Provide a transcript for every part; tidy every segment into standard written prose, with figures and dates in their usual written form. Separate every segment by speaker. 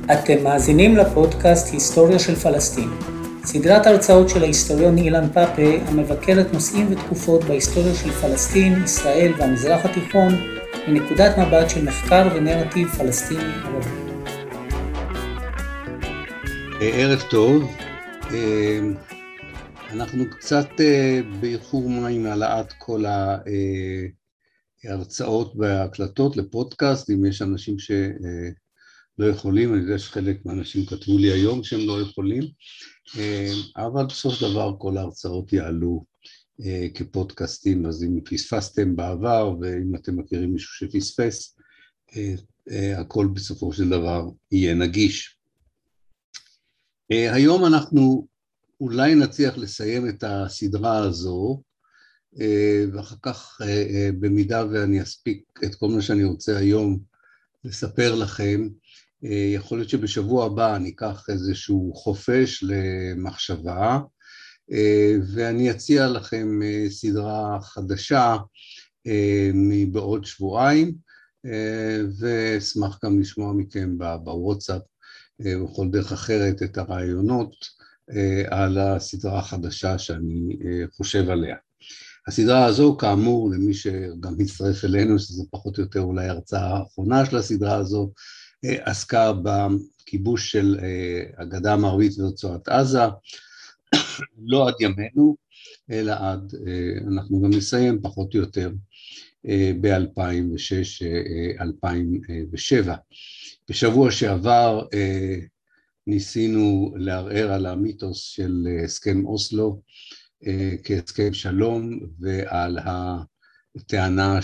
Speaker 1: אתם מאזינים לפודקאסט היסטוריה של פלסטין, סדרת הרצאות של ההיסטוריון אילן פאפה המבקרת נושאים ותקופות בהיסטוריה של פלסטין, ישראל והמזרח התיכון מנקודת מבט של מחקר ונרטיב פלסטיני ערבי.
Speaker 2: ערב טוב, אנחנו קצת באיחור עם העלאת כל ההרצאות וההקלטות לפודקאסט, אם יש אנשים שלא יכולים, אני יודע שחלק מהאנשים כתבו לי היום שהם לא יכולים, אבל בסוף דבר כל ההרצאות יעלו כפודקאסטים, אז אם פספסתם בעבר ואם אתם מכירים מישהו שפספס, הכל בסופו של דבר יהיה נגיש. היום אנחנו אולי נצליח לסיים את הסדרה הזו, ואחר כך במידה ואני אספיק את כל מה שאני רוצה היום לספר לכם, יכול להיות שבשבוע הבא אני אקח איזשהו חופש למחשבה, ואני אציע לכם סדרה חדשה מבעוד שבועיים, ואשמח גם לשמוע מכם בוואטסאפ, בכל דרך אחרת את הרעיונות על הסדרה החדשה שאני חושב עליה. הסדרה הזו, כאמור, למי שגם מצטרף אלינו, שזה פחות או יותר אולי הרצאה האחרונה של הסדרה הזו, עסקה בכיבוש של הגדה המערבית ורצועת עזה, לא עד ימינו, אלא עד, אנחנו גם נסיים פחות או יותר ב-2006-2007. בשבוע שעבר ניסינו לערער על המיתוס של הסכם אוסלו כהסכם שלום, ועל הטענה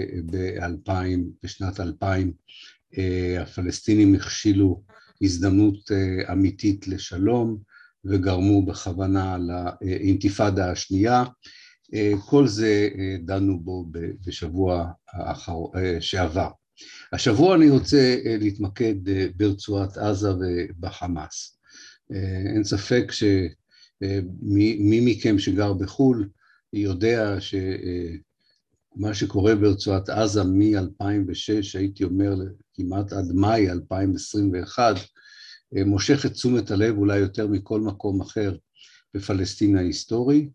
Speaker 2: שבשנת 2000 הפלסטינים הכשילו הזדמנות אמיתית לשלום, וגרמו בכוונה לאינתיפאדה השנייה. כל זה דנו בו בשבוע שעבר. השבוע אני רוצה להתמקד ברצועת עזה ובחמאס. אין ספק שמי מכם שגר בחו"ל יודע שמה שקורה ברצועת עזה מ-2006, הייתי אומר כמעט עד מאי 2021, מושך את תשומת הלב אולי יותר מכל מקום אחר בפלסטין ההיסטורי,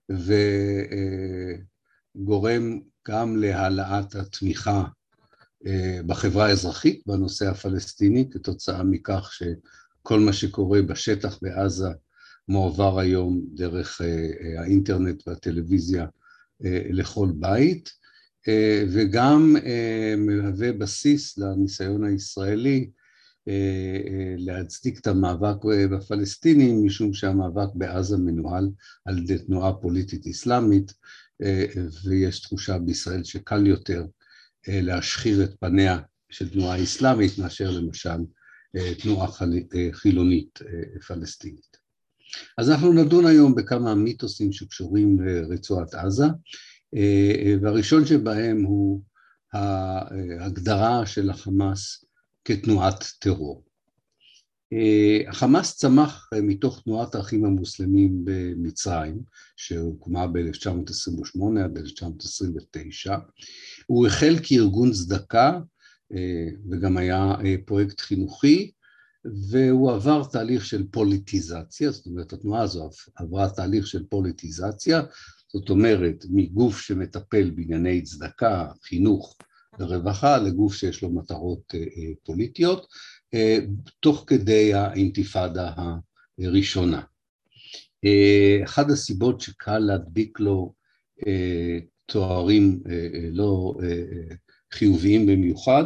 Speaker 2: וגורם גם להעלאת התמיכה בחברה האזרחית בנושא הפלסטיני, כתוצאה מכך שכל מה שקורה בשטח בעזה מועבר היום דרך האינטרנט והטלוויזיה לכל בית, וגם מהווה בסיס לניסיון הישראלי להצדיק את המאבק בפלסטינים, משום שהמאבק בעזה מנוהל על ידי תנועה פוליטית אסלאמית, ויש תחושה בישראל שקל יותר להשחיר את פניה של תנועה אסלאמית, מאשר למשל תנועה חילונית פלסטינית. אז אנחנו נדון היום בכמה מיתוסים שקשורים לרצועת עזה, והראשון שבהם הוא ההגדרה של החמאס כתנועת טרור. החמאס צמח מתוך תנועת האחים המוסלמים במצרים, שהוקמה ב-1928 עד 1929. הוא החל כארגון צדקה, וגם היה פרויקט חינוכי, והוא עבר תהליך של פוליטיזציה, זאת אומרת, התנועה הזו עברה תהליך של פוליטיזציה, זאת אומרת, מגוף שמטפל בענייני צדקה, חינוך ורווחה, לגוף שיש לו מטרות פוליטיות, תוך כדי האינתיפאדה הראשונה. אחת הסיבות שקל להדביק לו תוארים לא חיוביים במיוחד,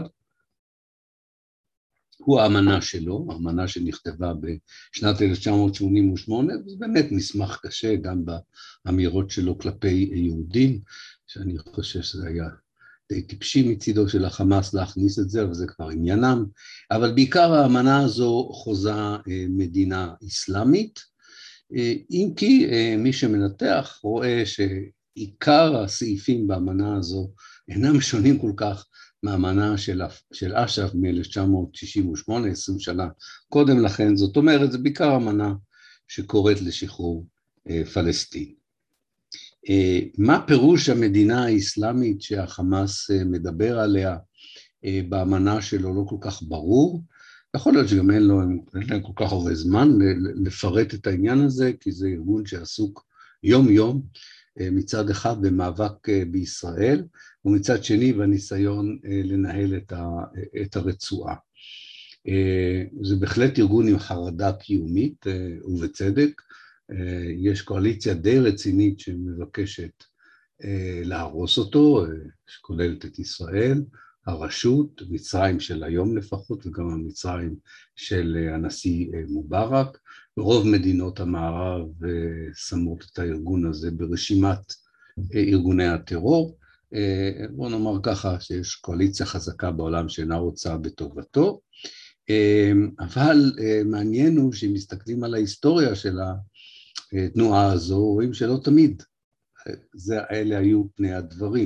Speaker 2: הוא האמנה שלו, האמנה שנכתבה בשנת 1988, וזה באמת מסמך קשה גם באמירות שלו כלפי יהודים, שאני חושב שזה היה די טיפשי מצידו של החמאס להכניס את זה, אבל זה כבר עניינם, אבל בעיקר האמנה הזו חוזה מדינה אסלאמית, אם כי מי שמנתח רואה שעיקר הסעיפים באמנה הזו אינם שונים כל כך מהאמנה של אש"ף מ-1968, 20 שנה קודם לכן, זאת אומרת, זה בעיקר אמנה שקוראת לשחרור פלסטין. מה פירוש המדינה האסלאמית שהחמאס מדבר עליה באמנה שלו לא כל כך ברור, יכול להיות שגם אין להם כל כך הרבה זמן לפרט את העניין הזה, כי זה ארגון שעסוק יום-יום, מצד אחד במאבק בישראל, ומצד שני בניסיון לנהל את הרצועה. זה בהחלט ארגון עם חרדה קיומית, ובצדק. יש קואליציה די רצינית שמבקשת להרוס אותו, שכוללת את ישראל, הרשות, מצרים של היום לפחות, וגם המצרים של הנשיא מובארק. רוב מדינות המערב שמות את הארגון הזה ברשימת ארגוני הטרור. בוא נאמר ככה שיש קואליציה חזקה בעולם שאינה רוצה בטובתו, אבל מעניין הוא שמסתכלים על ההיסטוריה של התנועה הזו, רואים שלא תמיד אלה היו פני הדברים.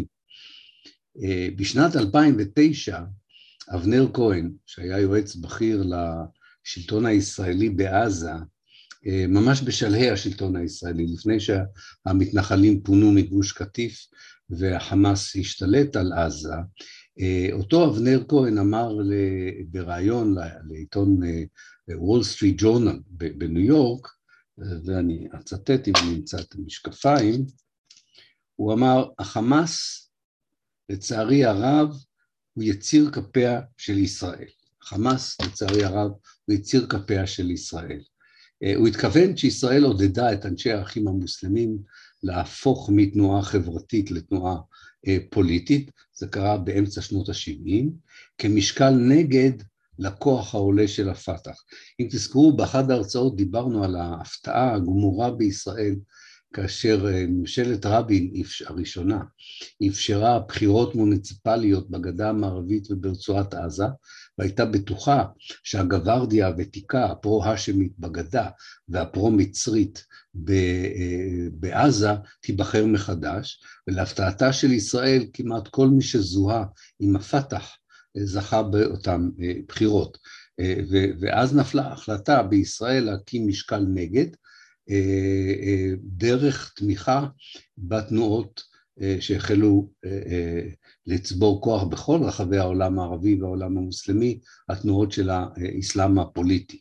Speaker 2: בשנת 2009, אבנר כהן, שהיה יועץ בכיר לשלטון הישראלי בעזה, ממש בשלהי השלטון הישראלי, לפני שהמתנחלים פונו מגוש קטיף והחמאס השתלט על עזה, אותו אבנר כהן אמר בראיון לעיתון וול סטריט ג'ורנל בניו יורק, ואני אצטט אם אני אמצא את המשקפיים, הוא אמר, החמאס לצערי הרב הוא יציר כפיה של ישראל. חמאס לצערי הרב הוא יציר כפיה של ישראל. הוא התכוון שישראל עודדה את אנשי האחים המוסלמים להפוך מתנועה חברתית לתנועה פוליטית, זה קרה באמצע שנות ה-70, כמשקל נגד לכוח העולה של הפתח. אם תזכרו, באחד ההרצאות דיברנו על ההפתעה הגמורה בישראל, כאשר ממשלת רבין הראשונה אפשרה בחירות מוניציפליות בגדה המערבית וברצועת עזה, והייתה בטוחה שהגווארדיה הוותיקה, הפרו-האשמית בגדה והפרו-מצרית בעזה תיבחר מחדש, ולהפתעתה של ישראל כמעט כל מי שזוהה עם הפתח זכה באותן בחירות, ואז נפלה החלטה בישראל להקים משקל נגד, דרך תמיכה בתנועות שהחלו לצבור כוח בכל רחבי העולם הערבי והעולם המוסלמי, התנועות של האסלאם הפוליטי.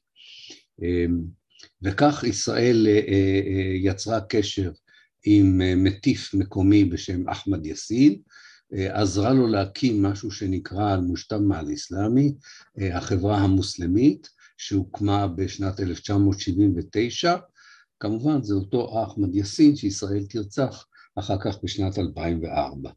Speaker 2: וכך ישראל יצרה קשר עם מטיף מקומי בשם אחמד יאסין, עזרה לו להקים משהו שנקרא אל-מוג'תמע אל-אסלאמי, החברה המוסלמית, שהוקמה בשנת 1979, כמובן זה אותו אחמד יאסין שישראל תרצח אחר כך בשנת 2004.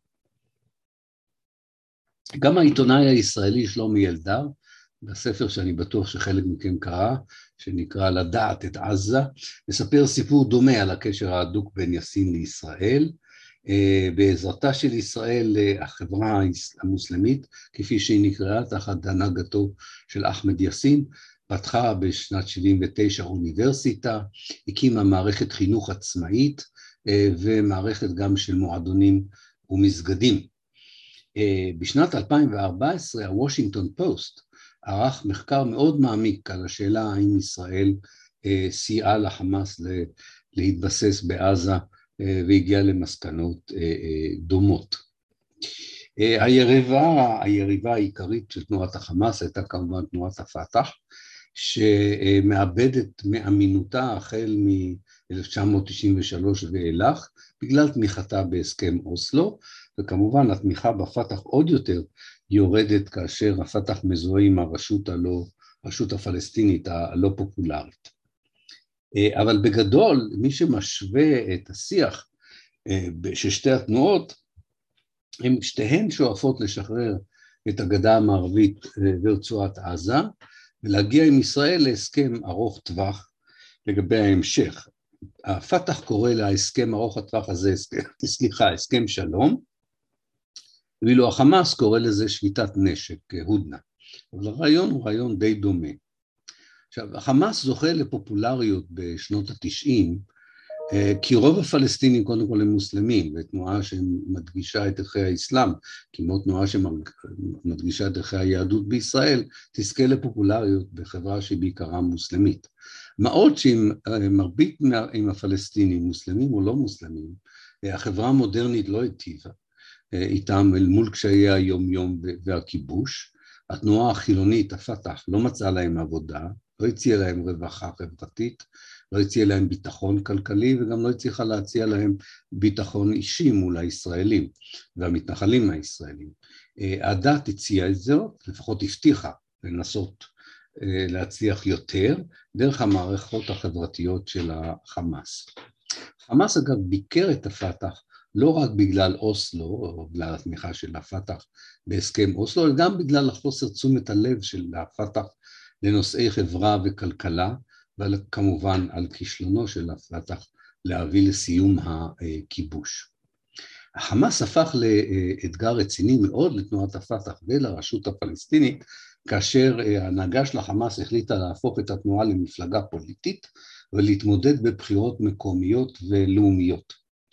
Speaker 2: גם העיתונאי הישראלי שלומי אלדר, בספר שאני בטוח שחלק מכם קרא, שנקרא לדעת את עזה, מספר סיפור דומה על הקשר ההדוק בין יאסין לישראל, בעזרתה של ישראל החברה המוסלמית, כפי שהיא נקראה תחת הנהגתו של אחמד יאסין, פתחה בשנת 79 אוניברסיטה, הקימה מערכת חינוך עצמאית, ומערכת גם של מועדונים ומסגדים. בשנת 2014 הוושינגטון פוסט ערך מחקר מאוד מעמיק על השאלה האם ישראל סייעה לחמאס להתבסס בעזה, והגיעה למסקנות דומות. היריבה העיקרית של תנועת החמאס הייתה כמובן תנועת הפתח, שמאבדת מאמינותה החל מ-1993 ואילך, בגלל תמיכתה בהסכם אוסלו, וכמובן התמיכה בפתח עוד יותר יורדת כאשר הפתח מזוהה עם הרשות הפלסטינית הלא פופולרית. אבל בגדול, מי שמשווה את השיח של שתי התנועות, הם שתיהן שואפות לשחרר את הגדה המערבית ורצועת עזה, ולהגיע עם ישראל להסכם ארוך טווח לגבי ההמשך. הפתח קורא להסכם ארוך הטווח הזה, הסכם שלום, ואילו החמאס קורא לזה שביתת נשק, הודנה. אבל הרעיון הוא רעיון די דומה. עכשיו, החמאס זוכה לפופולריות בשנות ה-90, כי רוב הפלסטינים קודם כל הם מוסלמים, ותנועה שמדגישה את ערכי האסלאם, כמו תנועה שמדגישה את ערכי היהדות בישראל, תזכה לפופולריות בחברה שהיא בעיקרה מוסלמית. מה עוד שעם מרבית עם הפלסטינים, מוסלמים או לא מוסלמים, החברה המודרנית לא היטיבה איתם אל מול קשיי היום-יום והכיבוש, התנועה החילונית, הפתח, לא מצאה להם עבודה, לא הציעה להם רווחה חברתית, לא הציעה להם ביטחון כלכלי, וגם לא הצליחה להציע להם ביטחון אישי מול הישראלים והמתנחלים הישראלים. הדת הציעה את זאת, לפחות הבטיחה לנסות להצליח יותר, דרך המערכות החברתיות של החמאס. חמאס אגב ביקר את הפתח לא רק בגלל אוסלו, או בגלל התמיכה של הפתח בהסכם אוסלו, אלא גם בגלל החוסר תשומת הלב של הפתח לנושאי חברה וכלכלה, וכמובן על כישלונו של הפתח להביא לסיום הכיבוש. החמאס הפך לאתגר רציני מאוד לתנועת הפתח ולרשות הפלסטינית, כאשר ההנהגה של החמאס החליטה להפוך את התנועה למפלגה פוליטית, ולהתמודד בבחירות מקומיות ולאומיות.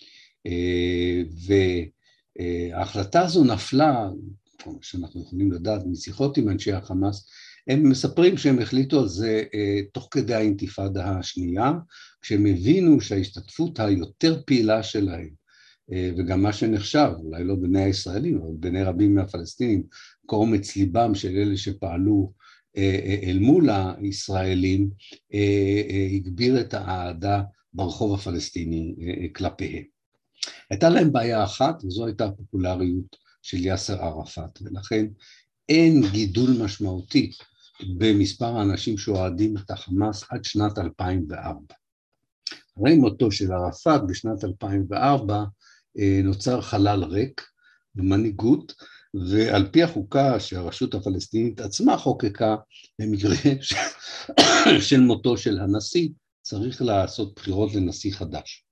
Speaker 2: וההחלטה הזו נפלה, כמו שאנחנו יכולים לדעת משיחות עם אנשי החמאס, הם מספרים שהם החליטו על זה תוך כדי האינתיפאדה השנייה, כשהם הבינו שההשתתפות היותר פעילה שלהם, וגם מה שנחשב, אולי לא בעיני הישראלים, אבל בעיני רבים מהפלסטינים, קומץ ליבם של אלה שפעלו אל מול הישראלים, הגביר את האהדה ברחוב הפלסטיני כלפיהם. הייתה להם בעיה אחת, וזו הייתה הפופולריות של יאסר ערפאת, ולכן אין גידול משמעותי במספר האנשים שאוהדים את החמאס עד שנת 2004. אחרי מותו של ערפאת בשנת 2004 נוצר חלל ריק במנהיגות, ועל פי החוקה שהרשות הפלסטינית עצמה חוקקה, במקרה של מותו של הנשיא, צריך לעשות בחירות לנשיא חדש.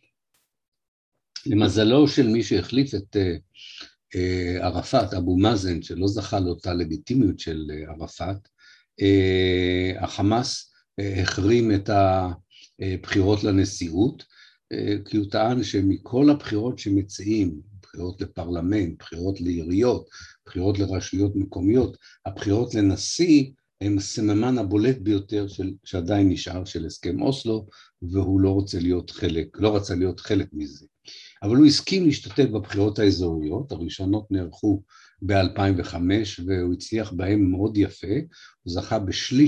Speaker 2: למזלו של מי שהחליף את ערפאת, אבו מאזן, שלא זכה לאותה לגיטימיות של ערפאת, החמאס החרים את הבחירות לנשיאות, כי הוא טען שמכל הבחירות שמציעים, בחירות לפרלמנט, בחירות לעיריות, בחירות לרשויות מקומיות, הבחירות לנשיא הם הסממן הבולט ביותר שעדיין נשאר של הסכם אוסלו, והוא לא רצה להיות חלק מזה. אבל הוא הסכים להשתתף בבחירות האזוריות, הראשונות נערכו ב-2005, והוא הצליח בהם מאוד יפה, הוא זכה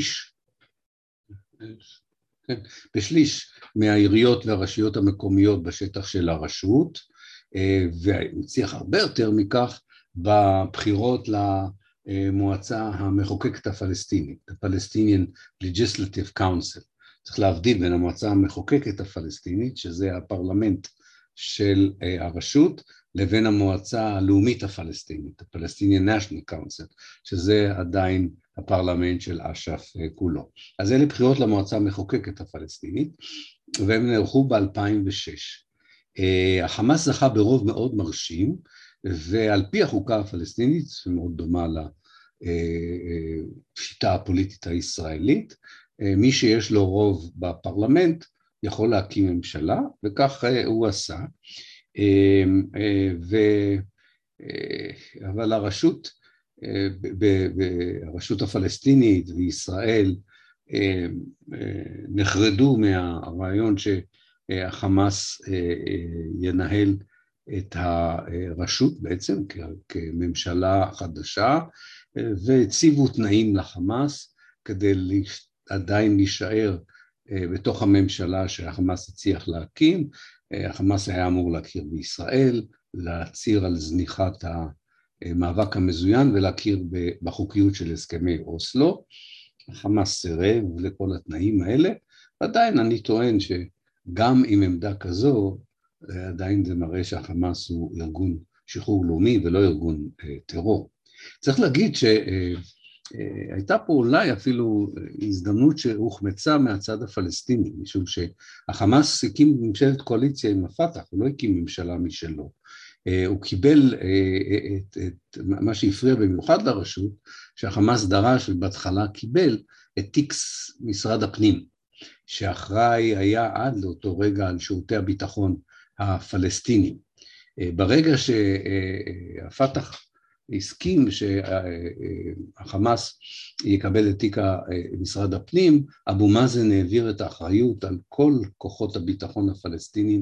Speaker 2: בשליש מהעיריות והרשויות המקומיות בשטח של הרשות, והוא הצליח הרבה יותר מכך בבחירות למועצה המחוקקת הפלסטינית, ה-Palestinian Legislative Council. צריך להבדיל בין המועצה המחוקקת הפלסטינית, שזה הפרלמנט של הרשות, לבין המועצה הלאומית הפלסטינית, ה-Palestinian National Council, שזה עדיין הפרלמנט של אש"ף כולו. אז אלה בחירות למועצה המחוקקת הפלסטינית, והם נערכו ב-2006. החמאס זכה ברוב מאוד מרשים, ועל פי החוקה הפלסטינית, שמאוד דומה לשיטה הפוליטית הישראלית, מי שיש לו רוב בפרלמנט יכול להקים ממשלה, וכך הוא עשה. אבל הרשות הפלסטינית וישראל נחרדו מהרעיון שהחמאס ינהל את הרשות בעצם כממשלה חדשה, והציבו תנאים לחמאס כדי עדיין להישאר בתוך הממשלה שהחמאס הצליח להקים. החמאס היה אמור להכיר בישראל, להצהיר על זניחת המאבק המזוין ולהכיר בחוקיות של הסכמי אוסלו. החמאס סירב לכל התנאים האלה, ועדיין אני טוען שגם עם עמדה כזו, עדיין זה מראה שהחמאס הוא ארגון שחרור לאומי ולא ארגון טרור. צריך להגיד שהייתה פה אולי אפילו הזדמנות שהוחמצה מהצד הפלסטיני, משום שהחמאס הקים ממשלת קואליציה עם הפתח, הוא לא הקים ממשלה משלו. הוא קיבל את מה שהפריע במיוחד לרשות, שהחמאס דרש ובהתחלה קיבל את תיק משרד הפנים, שאחראי היה עד לאותו רגע על שירותי הביטחון הפלסטינים. ברגע שהפתח הסכים שהחמאס יקבל את תיק משרד הפנים, אבו מאזן העביר את האחריות על כל כוחות הביטחון הפלסטינים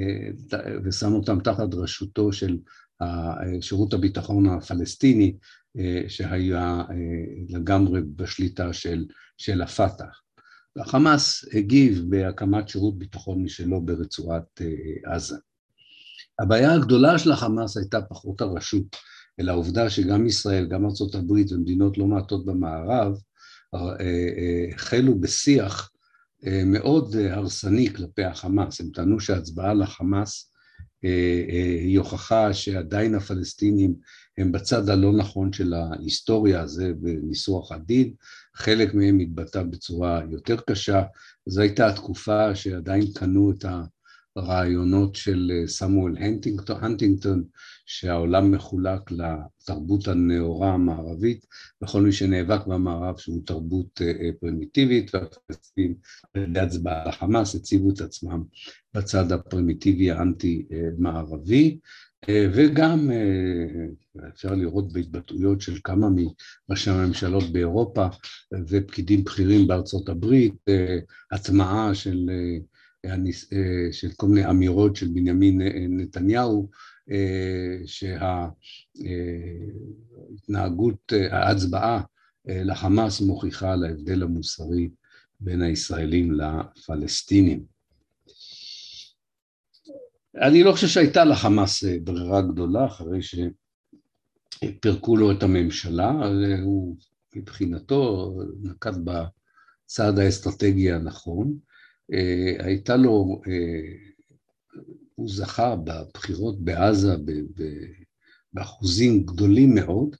Speaker 2: ושם אותם תחת רשותו של שירות הביטחון הפלסטיני, שהיה לגמרי בשליטה של הפתח. והחמאס הגיב בהקמת שירות ביטחון משלו ברצועת עזה. הבעיה הגדולה של החמאס הייתה פחות הרשות, אלא העובדה שגם ישראל, גם ארצות הברית ומדינות לא מעטות במערב, החלו בשיח מאוד הרסני כלפי החמאס. הם טענו שההצבעה לחמאס היא הוכחה שעדיין הפלסטינים הם בצד הלא נכון של ההיסטוריה, זה בניסוח עדין, חלק מהם התבטא בצורה יותר קשה. זו הייתה התקופה שעדיין קנו את הרעיונות של סמואל הנטינגטון, שהעולם מחולק לתרבות הנאורה המערבית, וכל מי שנאבק במערב שהוא תרבות פרימיטיבית, והפלסטינים בהצבעה לחמאס הציבו את עצמם בצד הפרימיטיבי האנטי-מערבי, וגם אפשר לראות בהתבטאויות של כמה מראשי הממשלות באירופה ופקידים בכירים בארצות הברית, הטמעה של כל מיני אמירות של בנימין נתניהו, שההתנהגות, ההצבעה לחמאס מוכיחה על ההבדל המוסרי בין הישראלים לפלסטינים. אני לא חושב שהייתה לחמאס ברירה גדולה, אחרי שפרקו לו את הממשלה, הוא מבחינתו נקט בצעד האסטרטגי הנכון, הייתה לו, הוא זכה בבחירות בעזה באחוזים גדולים מאוד,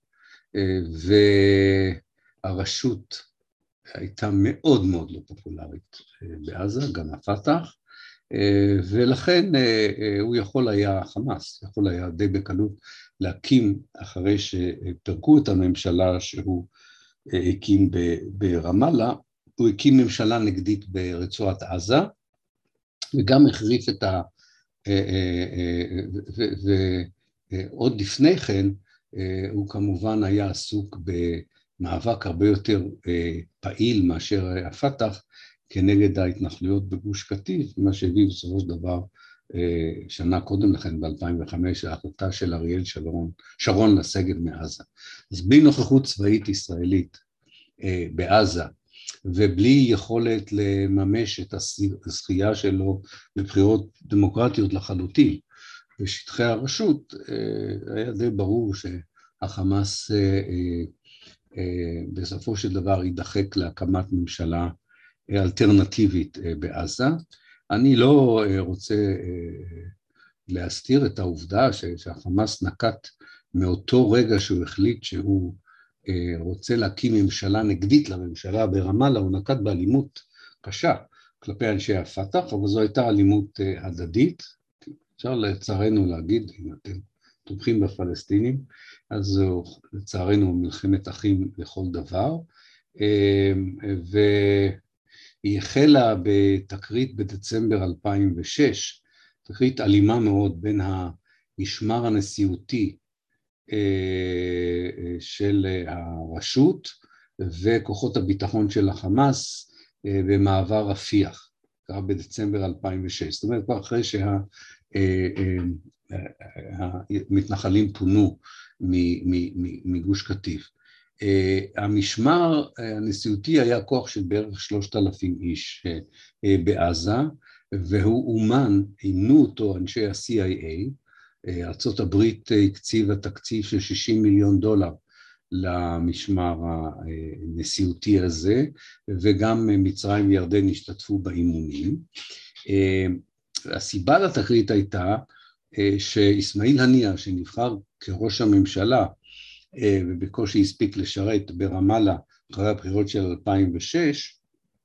Speaker 2: והרשות הייתה מאוד מאוד לא פופולרית בעזה, גם הפתח, ולכן הוא יכול היה, חמאס, יכול היה די בקלות להקים, אחרי שפרקו את הממשלה שהוא הקים ברמאללה, הוא הקים ממשלה נגדית ברצועת עזה, וגם החריף את ועוד לפני כן, הוא כמובן היה עסוק במאבק הרבה יותר פעיל מאשר הפתח, כנגד ההתנחלויות בגוש קטיף, מה שהביא בסופו של דבר שנה קודם לכן, ב-2005, ההחלטה של אריאל שרון לסגת מעזה. אז בלי נוכחות צבאית ישראלית בעזה, ובלי יכולת לממש את הזכייה שלו בבחירות דמוקרטיות לחלוטין בשטחי הרשות, היה די ברור שהחמאס בסופו של דבר יידחק להקמת ממשלה אלטרנטיבית בעזה. אני לא רוצה להסתיר את העובדה שהחמאס נקט מאותו רגע שהוא החליט שהוא רוצה להקים ממשלה נגדית לממשלה ברמאללה, הוא נקט באלימות קשה כלפי אנשי הפתח, אבל זו הייתה אלימות הדדית. אפשר לצערנו להגיד, אם אתם תומכים בפלסטינים, אז זו לצערנו מלחמת אחים לכל דבר, והיא החלה בתקרית בדצמבר 2006, תקרית אלימה מאוד בין המשמר הנשיאותי של הרשות וכוחות הביטחון של החמאס במעבר רפיח, קרה בדצמבר 2006, זאת אומרת כבר אחרי שהמתנחלים פונו מגוש קטיף. המשמר הנשיאותי היה כוח של בערך 3,000 איש בעזה, והוא אומן, אימנו אותו אנשי ה-CIA, ארצות הברית הקציבה תקציב של $60 מיליון למשמר הנשיאותי הזה, וגם מצרים וירדן השתתפו באימונים. הסיבה לתקרית הייתה שאסמאעיל הנייה, שנבחר כראש הממשלה, ובקושי הספיק לשרת ברמאללה אחרי הבחירות של 2006,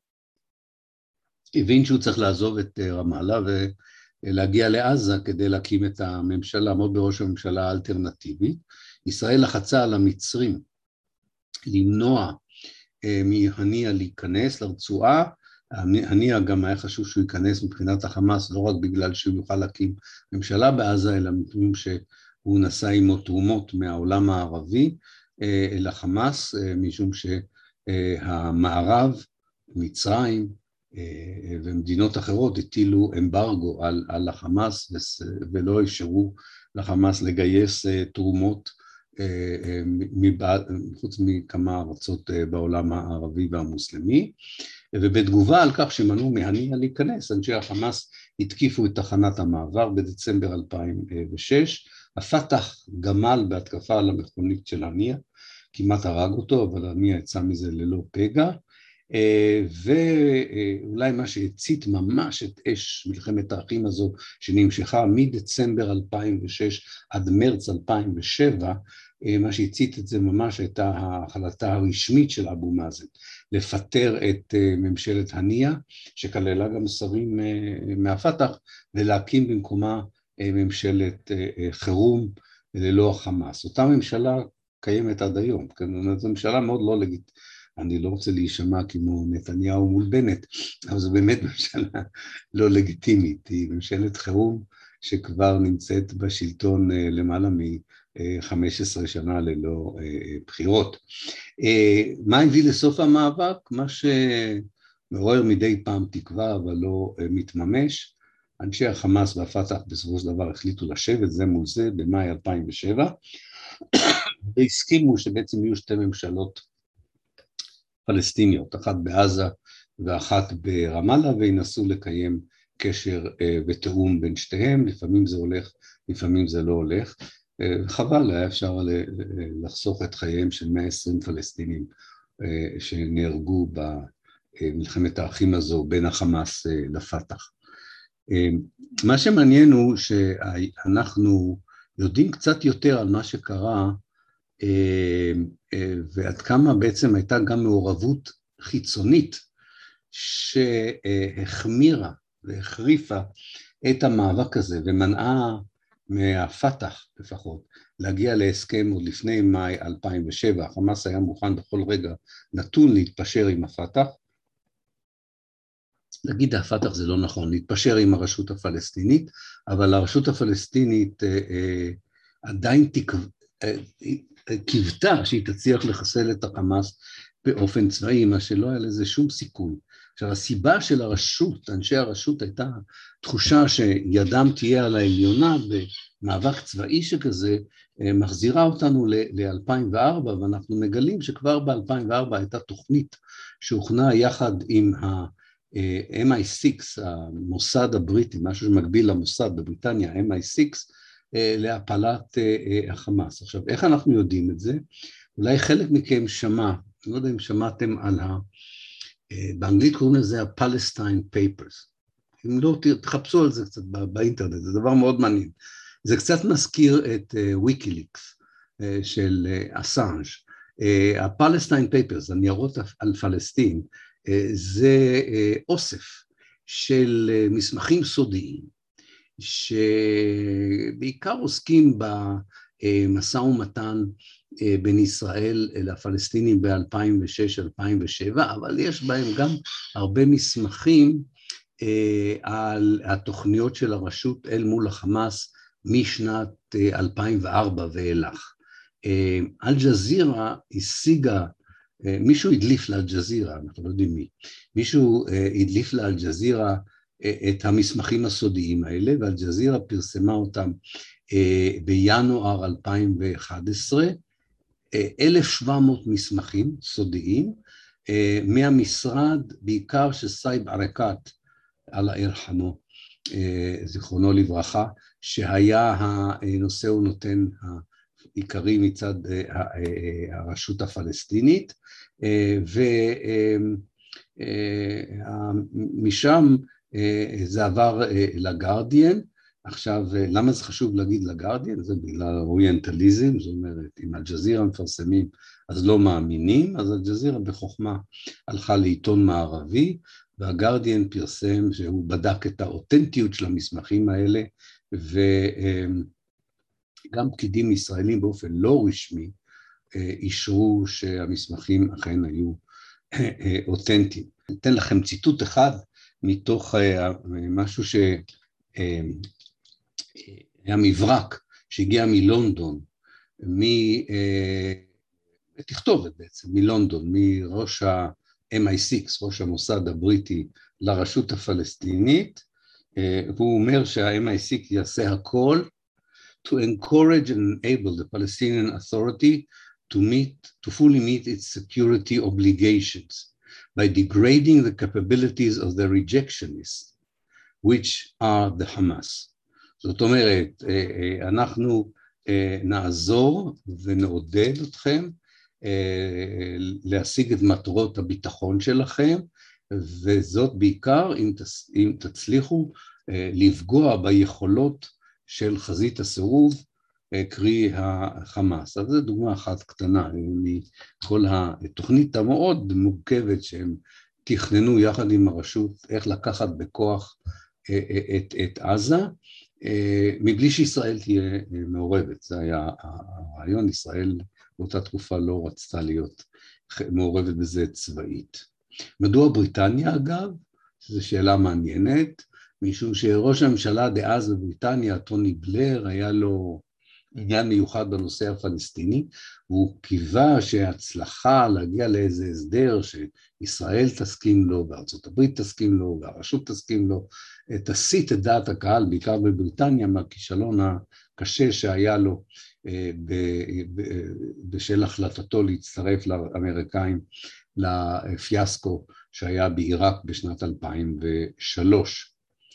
Speaker 2: הבין שהוא צריך לעזוב את רמאללה ולהגיע לעזה כדי להקים את הממשלה, לעמוד בראש הממשלה האלטרנטיבית. ישראל לחצה על המצרים למנוע מהנייה להיכנס לרצועה, הנייה גם היה חשוב שהוא ייכנס מבחינת החמאס, לא רק בגלל שהוא יוכל להקים ממשלה בעזה, אלא מפני שהוא נשא עמו תרומות מהעולם הערבי לחמאס, משום שהמערב, מצרים ומדינות אחרות הטילו אמברגו על החמאס ולא אפשרו לחמאס לגייס תרומות חוץ מכמה ארצות בעולם הערבי והמוסלמי, ובתגובה על כך שמנעו מהנייה להיכנס, אנשי החמאס התקיפו את תחנת המעבר בדצמבר 2006, הפתח גמל בהתקפה על המכונית של הנייה, כמעט הרג אותו, אבל הנייה יצא מזה ללא פגע, ואולי מה שהצית ממש את אש מלחמת האחים הזו, שנמשכה מדצמבר 2006 עד מרץ 2007, מה שהצית את זה ממש הייתה ההחלטה הרשמית של אבו מאזן, לפטר את ממשלת הנייה, שכללה גם שרים מהפתח, ולהקים במקומה ממשלת חירום ללא החמאס. אותה ממשלה קיימת עד היום, זו ממשלה מאוד לא לגיטימית, אני לא רוצה להישמע כמו נתניהו מול בנט, אבל זו באמת ממשלה לא לגיטימית, היא ממשלת חירום שכבר נמצאת בשלטון למעלה מ-15 שנה ללא בחירות. מה הביא לסוף המאבק? מה שמעורר מדי פעם תקווה אבל לא מתממש, אנשי החמאס והפתח בסופו של דבר החליטו לשבת זה מול זה במאי 2007, והסכימו שבעצם יהיו שתי ממשלות פלסטיניות, אחת בעזה ואחת ברמאללה, וינסו לקיים קשר ותאום בין שתיהם, לפעמים זה הולך, לפעמים זה לא הולך, חבל, היה אפשר לחסוך את חייהם של 120 פלסטינים שנהרגו במלחמת האחים הזו בין החמאס לפתח. מה שמעניין הוא שאנחנו יודעים קצת יותר על מה שקרה, ועד כמה בעצם הייתה גם מעורבות חיצונית שהחמירה והחריפה את המאבק הזה ומנעה מהפתח לפחות להגיע להסכם עוד לפני מאי 2007. החמאס היה מוכן בכל רגע נתון להתפשר עם הפתח, להגיד הפתח זה לא נכון, להתפשר עם הרשות הפלסטינית, אבל הרשות הפלסטינית עדיין קיוותה שהיא תצליח לחסל את החמאס באופן צבאי, מה שלא היה לזה שום סיכוי. עכשיו, הסיבה של הרשות, אנשי הרשות, הייתה תחושה שידם תהיה על העליונה במאבק צבאי שכזה, מחזירה אותנו ל-2004, ואנחנו מגלים שכבר ב-2004 הייתה תוכנית שהוכנה יחד עם MI6, המוסד הבריטי, משהו שמקביל למוסד בבריטניה, MI6, להפלת החמאס. עכשיו, איך אנחנו יודעים את זה? אולי חלק מכם שמע, אני לא יודע אם שמעתם על באנגלית קוראים לזה ה-Palestine Papers. אם לא, תחפשו על זה קצת באינטרנט, זה דבר מאוד מעניין. זה קצת מזכיר את ויקיליקס של אסנג'. ה-Palestine Papers, הניירות על פלסטין, זה אוסף של מסמכים סודיים, שבעיקר עוסקים במשא ומתן בין ישראל לפלסטינים ב-2006-2007, אבל יש בהם גם הרבה מסמכים על התוכניות של הרשות אל מול החמאס משנת 2004 ואילך. אל-ג'זירה השיגה, מישהו הדליף לאל-ג'זירה, אנחנו לא יודעים מי, מישהו הדליף לאל-ג'זירה את המסמכים הסודיים האלה, ואל-ג'זירה פרסמה אותם בינואר 2011, 1,700 מסמכים סודיים, מהמשרד בעיקר של סאיב ערקאת, אללה ירחמו, זיכרונו לברכה, שהיה הנושא ונותן העיקרי מצד הרשות הפלסטינית, ומשם זה עבר לגרדיאן. עכשיו, למה זה חשוב להגיד לגרדיאן? זה בגלל אוריינטליזם, זאת אומרת, אם אל-ג'זירה מפרסמים אז לא מאמינים, אז אל-ג'זירה בחוכמה הלכה לעיתון מערבי, והגרדיאן פרסם שהוא בדק את האותנטיות של המסמכים האלה, וגם פקידים ישראלים באופן לא רשמי אישרו שהמסמכים אכן היו אותנטיים. אתן לכם ציטוט אחד מתוך משהו שהיה מברק שהגיע מלונדון, תכתובת בעצם, מלונדון, מראש ה-MI6, ראש המוסד הבריטי לרשות הפלסטינית, והוא אומר שה-MI6 יעשה הכל to encourage and enable the Palestinian Authority to fully meet its security obligations by degrading the capabilities of the rejectionists, which are the Hamas. זאת אומרת, אנחנו נעזור ונעודד אתכם להשיג את מטרות הביטחון שלכם, וזאת בעיקר אם תצליחו לפגוע ביכולות של חזית הסירוב, קרי החמאס. אז זו דוגמה אחת קטנה מכל התוכנית המאוד מורכבת שהם תכננו יחד עם הרשות, איך לקחת בכוח את עזה, מבלי שישראל תהיה מעורבת. זה היה הרעיון, ישראל באותה תקופה לא רצתה להיות מעורבת בזה צבאית. מדוע בריטניה אגב? זו שאלה מעניינת, משום שראש הממשלה דאז בבריטניה, טוני בלר, היה לו עניין מיוחד בנושא הפלסטיני, והוא קיווה שההצלחה להגיע לאיזה הסדר שישראל תסכים לו, וארצות הברית תסכים לו, והרשות תסכים לו, תסיט את דעת הקהל, בעיקר בבריטניה, מהכישלון הקשה שהיה לו בשל החלטתו להצטרף לאמריקאים, לפיאסקו שהיה בעיראק בשנת 2003.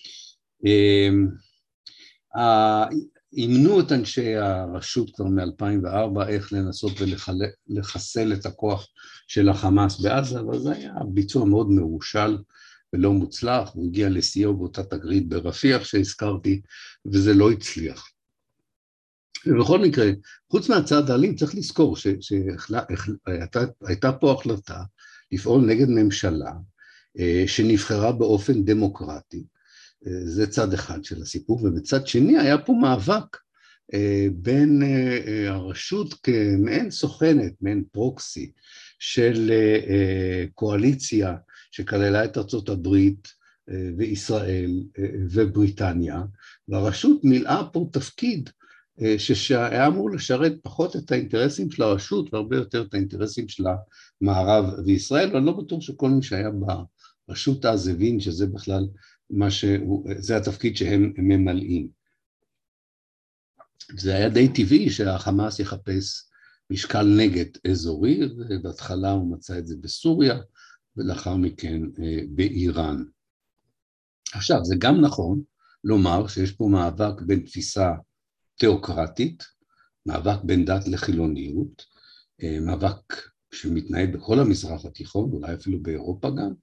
Speaker 2: אימנו את אנשי הרשות כבר מ-2004 איך לנסות ולחסל את הכוח של החמאס בעזה, אבל זה היה ביצוע מאוד מרושל ולא מוצלח, הוא הגיע לשיאו באותה תגרית ברפיח שהזכרתי, וזה לא הצליח. ובכל מקרה, חוץ מהצעד האלים, צריך לזכור שהייתה פה החלטה לפעול נגד ממשלה שנבחרה באופן דמוקרטי, זה צד אחד של הסיפור, ובצד שני היה פה מאבק בין הרשות כמעין סוכנת, מעין פרוקסי של קואליציה שכללה את ארצות הברית וישראל ובריטניה, והרשות מילאה פה תפקיד שהיה אמור לשרת פחות את האינטרסים של הרשות והרבה יותר את האינטרסים של המערב וישראל, אבל לא בטוח שכל מי שהיה ברשות אז הבין שזה בכלל זה התפקיד שהם ממלאים. זה היה די טבעי שהחמאס יחפש משקל נגד אזורי, ובהתחלה הוא מצא את זה בסוריה, ולאחר מכן באיראן. עכשיו, זה גם נכון לומר שיש פה מאבק בין תפיסה תיאוקרטית, מאבק בין דת לחילוניות, מאבק שמתנהל בכל המזרח התיכון, אולי אפילו באירופה גם,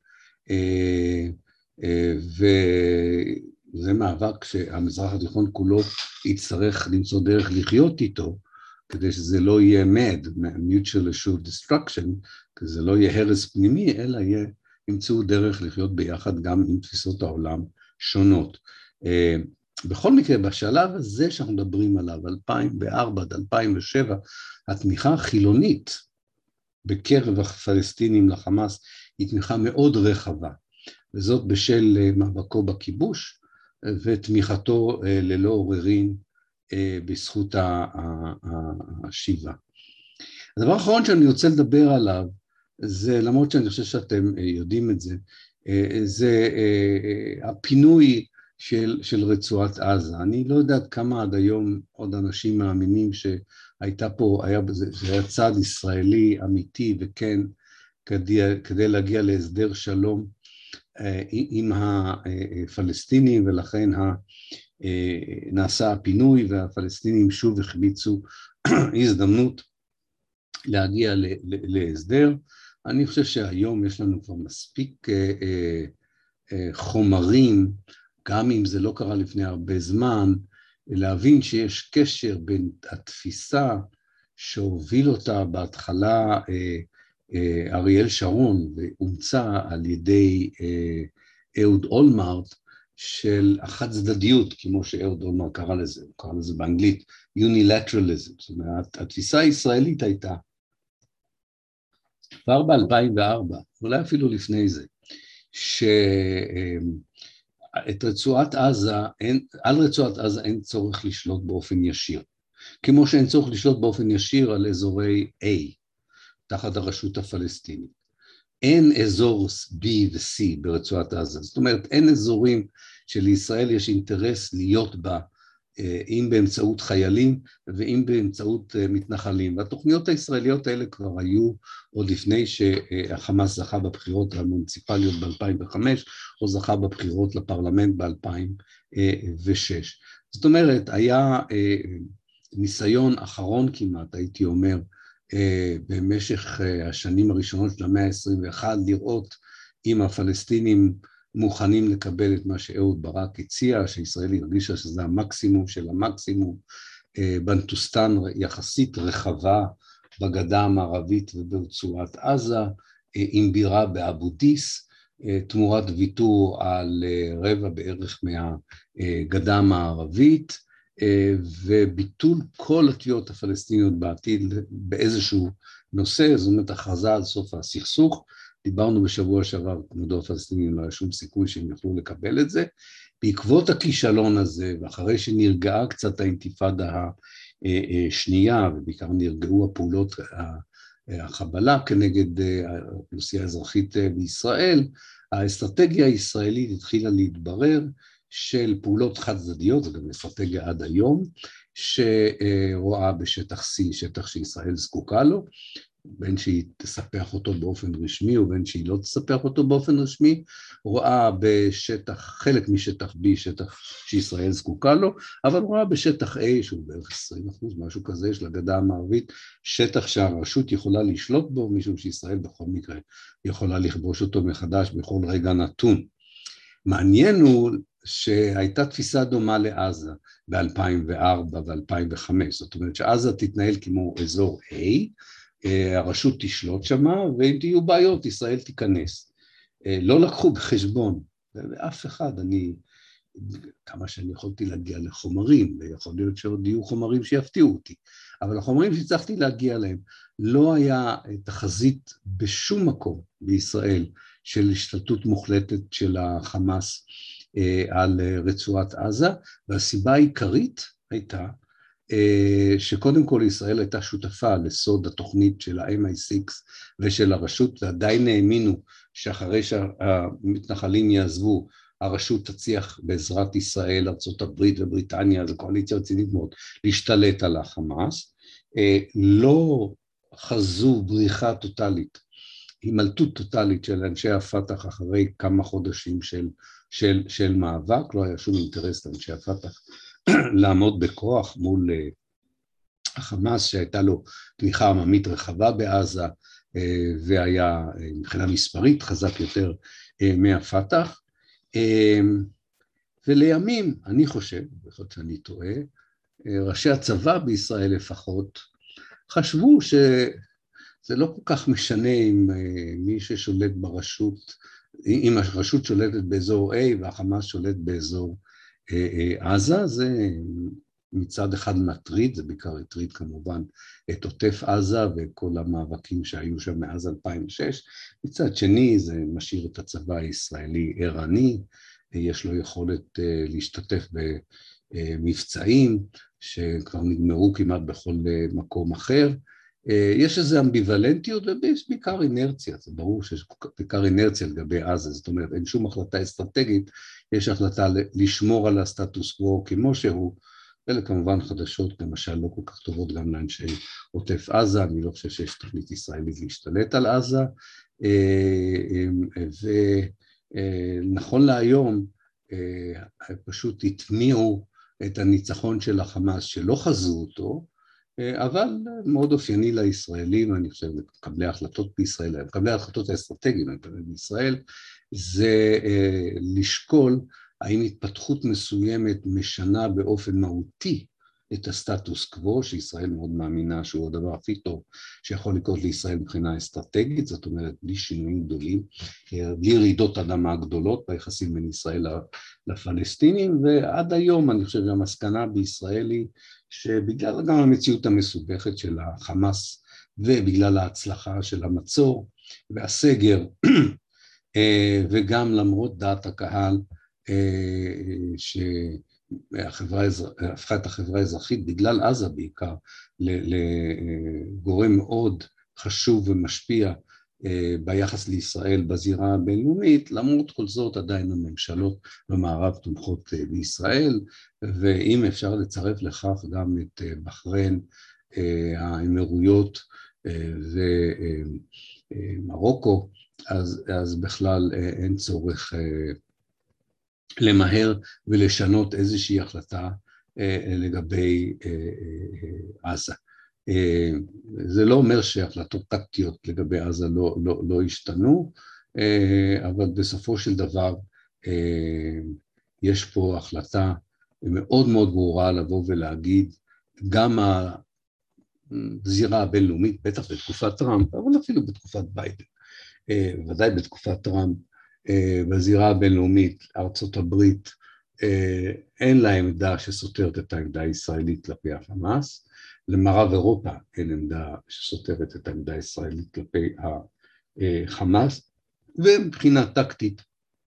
Speaker 2: וזה מאבק שהמזרח התיכון כולו יצטרך למצוא דרך לחיות איתו, כדי שזה לא יהיה mutual assured destruction, כי זה לא יהיה הרס פנימי, אלא ימצאו דרך לחיות ביחד גם עם תפיסות העולם שונות. בכל מקרה, בשלב הזה שאנחנו מדברים עליו, 2004 עד 2007, התמיכה החילונית בקרב הפלסטינים לחמאס היא תמיכה מאוד רחבה, וזאת בשל מאבקו בכיבוש ותמיכתו ללא עוררין בזכות השיבה. הדבר האחרון שאני רוצה לדבר עליו, זה למרות שאני חושב שאתם יודעים את זה, זה הפינוי של רצועת עזה. אני לא יודעת כמה עד היום עוד אנשים מאמינים שהייתה פה, זה היה צעד ישראלי אמיתי וכן, כדי להגיע להסדר שלום עם הפלסטינים, ולכן נעשה הפינוי, והפלסטינים שוב החמיצו הזדמנות להגיע להסדר. אני חושב שהיום יש לנו כבר מספיק חומרים, גם אם זה לא קרה לפני הרבה זמן, להבין שיש קשר בין התפיסה שהוביל אותה בהתחלה אריאל שרון, ואומצה על ידי אהוד אולמרט, של החד צדדיות, כמו שאהוד אולמרט קרא לזה, הוא קרא לזה באנגלית, unilateralism. זאת אומרת, התפיסה הישראלית הייתה, כבר ב-2004, אולי אפילו לפני זה, שאת רצועת עזה, על רצועת עזה אין צורך לשלוט באופן ישיר, כמו שאין צורך לשלוט באופן ישיר על אזורי A, תחת הרשות הפלסטינית. אין אזור B ו-C ברצועת עזה, זאת אומרת, אין אזורים שלישראל יש אינטרס להיות בה אם באמצעות חיילים ואם באמצעות מתנחלים. והתוכניות הישראליות האלה כבר היו עוד לפני שהחמאס זכה בבחירות המוניציפליות ב-2005, או זכה בבחירות לפרלמנט ב-2006. זאת אומרת, היה ניסיון אחרון כמעט, הייתי אומר, במשך השנים הראשונות של המאה ה-21, לראות אם הפלסטינים מוכנים לקבל את מה שאהוד ברק הציע, שישראל הרגישה שזה המקסימום של המקסימום, בנטוסטן יחסית רחבה בגדה המערבית וברצועת עזה, עם בירה באבו דיס, תמורת ויתור על רבע בערך מהגדה המערבית, וביטול כל התביעות הפלסטיניות בעתיד באיזשהו נושא, זאת אומרת הכרזה על סוף הסכסוך. דיברנו בשבוע שעבר, כמובן הפלסטינים לא היה שום סיכוי שהם יוכלו לקבל את זה. בעקבות הכישלון הזה, ואחרי שנרגעה קצת האינתיפאדה השנייה, ובעיקר נרגעו הפעולות החבלה כנגד האוכלוסייה האזרחית בישראל, האסטרטגיה הישראלית התחילה להתברר של פעולות חד צדדיות, זו גם אסטרטגיה עד היום, שרואה בשטח C, שטח שישראל זקוקה לו, בין שהיא תספח אותו באופן רשמי ובין שהיא לא תספח אותו באופן רשמי, רואה בשטח, חלק משטח B, שטח שישראל זקוקה לו, אבל רואה בשטח A, שהוא בערך 20%, משהו כזה, של הגדה המערבית, שטח שהרשות יכולה לשלוט בו, משום שישראל בכל מקרה יכולה לכבוש אותו מחדש בכל רגע נתון. מעניין הוא שהייתה תפיסה דומה לעזה ב-2004 ו-2005, זאת אומרת שעזה תתנהל כמו אזור A, הרשות תשלוט שמה, ואם תהיו בעיות, ישראל תיכנס. לא לקחו בחשבון, ואף אחד, כמה שאני יכולתי להגיע לחומרים, ויכול להיות שעוד יהיו חומרים שיפתיעו אותי, אבל החומרים שהצלחתי להגיע להם, לא היה תחזית בשום מקום בישראל, של השתלטות מוחלטת של החמאס על רצועת עזה, והסיבה העיקרית הייתה, שקודם כל ישראל הייתה שותפה לסוד התוכנית של ה-MI6 ושל הרשות, ועדיין האמינו שאחרי שהמתנחלים יעזבו, הרשות תצליח בעזרת ישראל, ארצות הברית ובריטניה, זו קואליציה רצינית מאוד, להשתלט על החמאס, לא חזו בריחה טוטלית, הימלטות טוטלית של אנשי הפתח אחרי כמה חודשים של מאבק, לא היה שום אינטרס לאנשי הפתח, לעמוד בכוח מול החמאס שהייתה לו תמיכה עממית רחבה בעזה והיה מבחינה מספרית חזק יותר מהפתח, ולימים אני חושב, בכל שאני טועה, ראשי הצבא בישראל לפחות חשבו שזה לא כל כך משנה אם מי ששולט ברשות, אם הרשות שולטת באזור A והחמאס שולט באזור עזה, זה מצד אחד מטריד, זה בעיקר הטריד כמובן את עוטף עזה וכל המאבקים שהיו שם מאז 2006, מצד שני זה משאיר את הצבא הישראלי ערני, יש לו יכולת להשתתף במבצעים שכבר נגמרו כמעט בכל מקום אחר, יש איזו אמביוולנטיות ויש בעיקר אינרציה, זה ברור שיש בעיקר אינרציה לגבי עזה, זאת אומרת אין שום החלטה אסטרטגית, יש החלטה לשמור על הסטטוס קוו כמו שהוא, אלה כמובן חדשות למשל לא כל כך טובות גם לאנשי עוטף עזה, אני לא חושב שיש תוכנית ישראלית להשתלט על עזה, ונכון להיום פשוט התמיעו את הניצחון של החמאס שלא חזו אותו, אבל מאוד אופייני לישראלים, אני חושב, מקבלי ההחלטות בישראל, מקבלי ההחלטות האסטרטגיים בישראל, זה לשקול האם התפתחות מסוימת משנה באופן מהותי את הסטטוס קוו, שישראל מאוד מאמינה שהוא הדבר הכי טוב שיכול לקרות לישראל מבחינה אסטרטגית, זאת אומרת בלי שינויים גדולים, בלי רעידות אדמה גדולות ביחסים בין ישראל לפלסטינים, ועד היום אני חושב שהמסקנה בישראל היא שבגלל גם המציאות המסובכת של החמאס ובגלל ההצלחה של המצור והסגר, וגם למרות דעת הקהל שהפכה את החברה האזרחית בגלל עזה בעיקר לגורם מאוד חשוב ומשפיע ביחס לישראל בזירה הבינלאומית, למרות כל זאת עדיין הממשלות במערב תומכות בישראל, ואם אפשר לצרף לכך גם את בחריין, האמירויות ומרוקו, אז בכלל אין צורך למהר ולשנות איזושהי החלטה לגבי עזה. זה לא אומר שהחלטות טקטיות לגבי עזה לא השתנו, אבל בסופו של דבר יש פה החלטה מאוד מאוד ברורה לבוא ולהגיד, גם הזירה הבינלאומית, בטח בתקופת טראמפ, אבל אפילו בתקופת ביידן, ודאי בתקופת טראמפ, בזירה הבינלאומית, ארצות הברית, אין לה עמדה שסותרת את העמדה הישראלית כלפי החמאס, למערב אירופה אין עמדה שסותרת את העמדה הישראלית כלפי החמאס, ומבחינה טקטית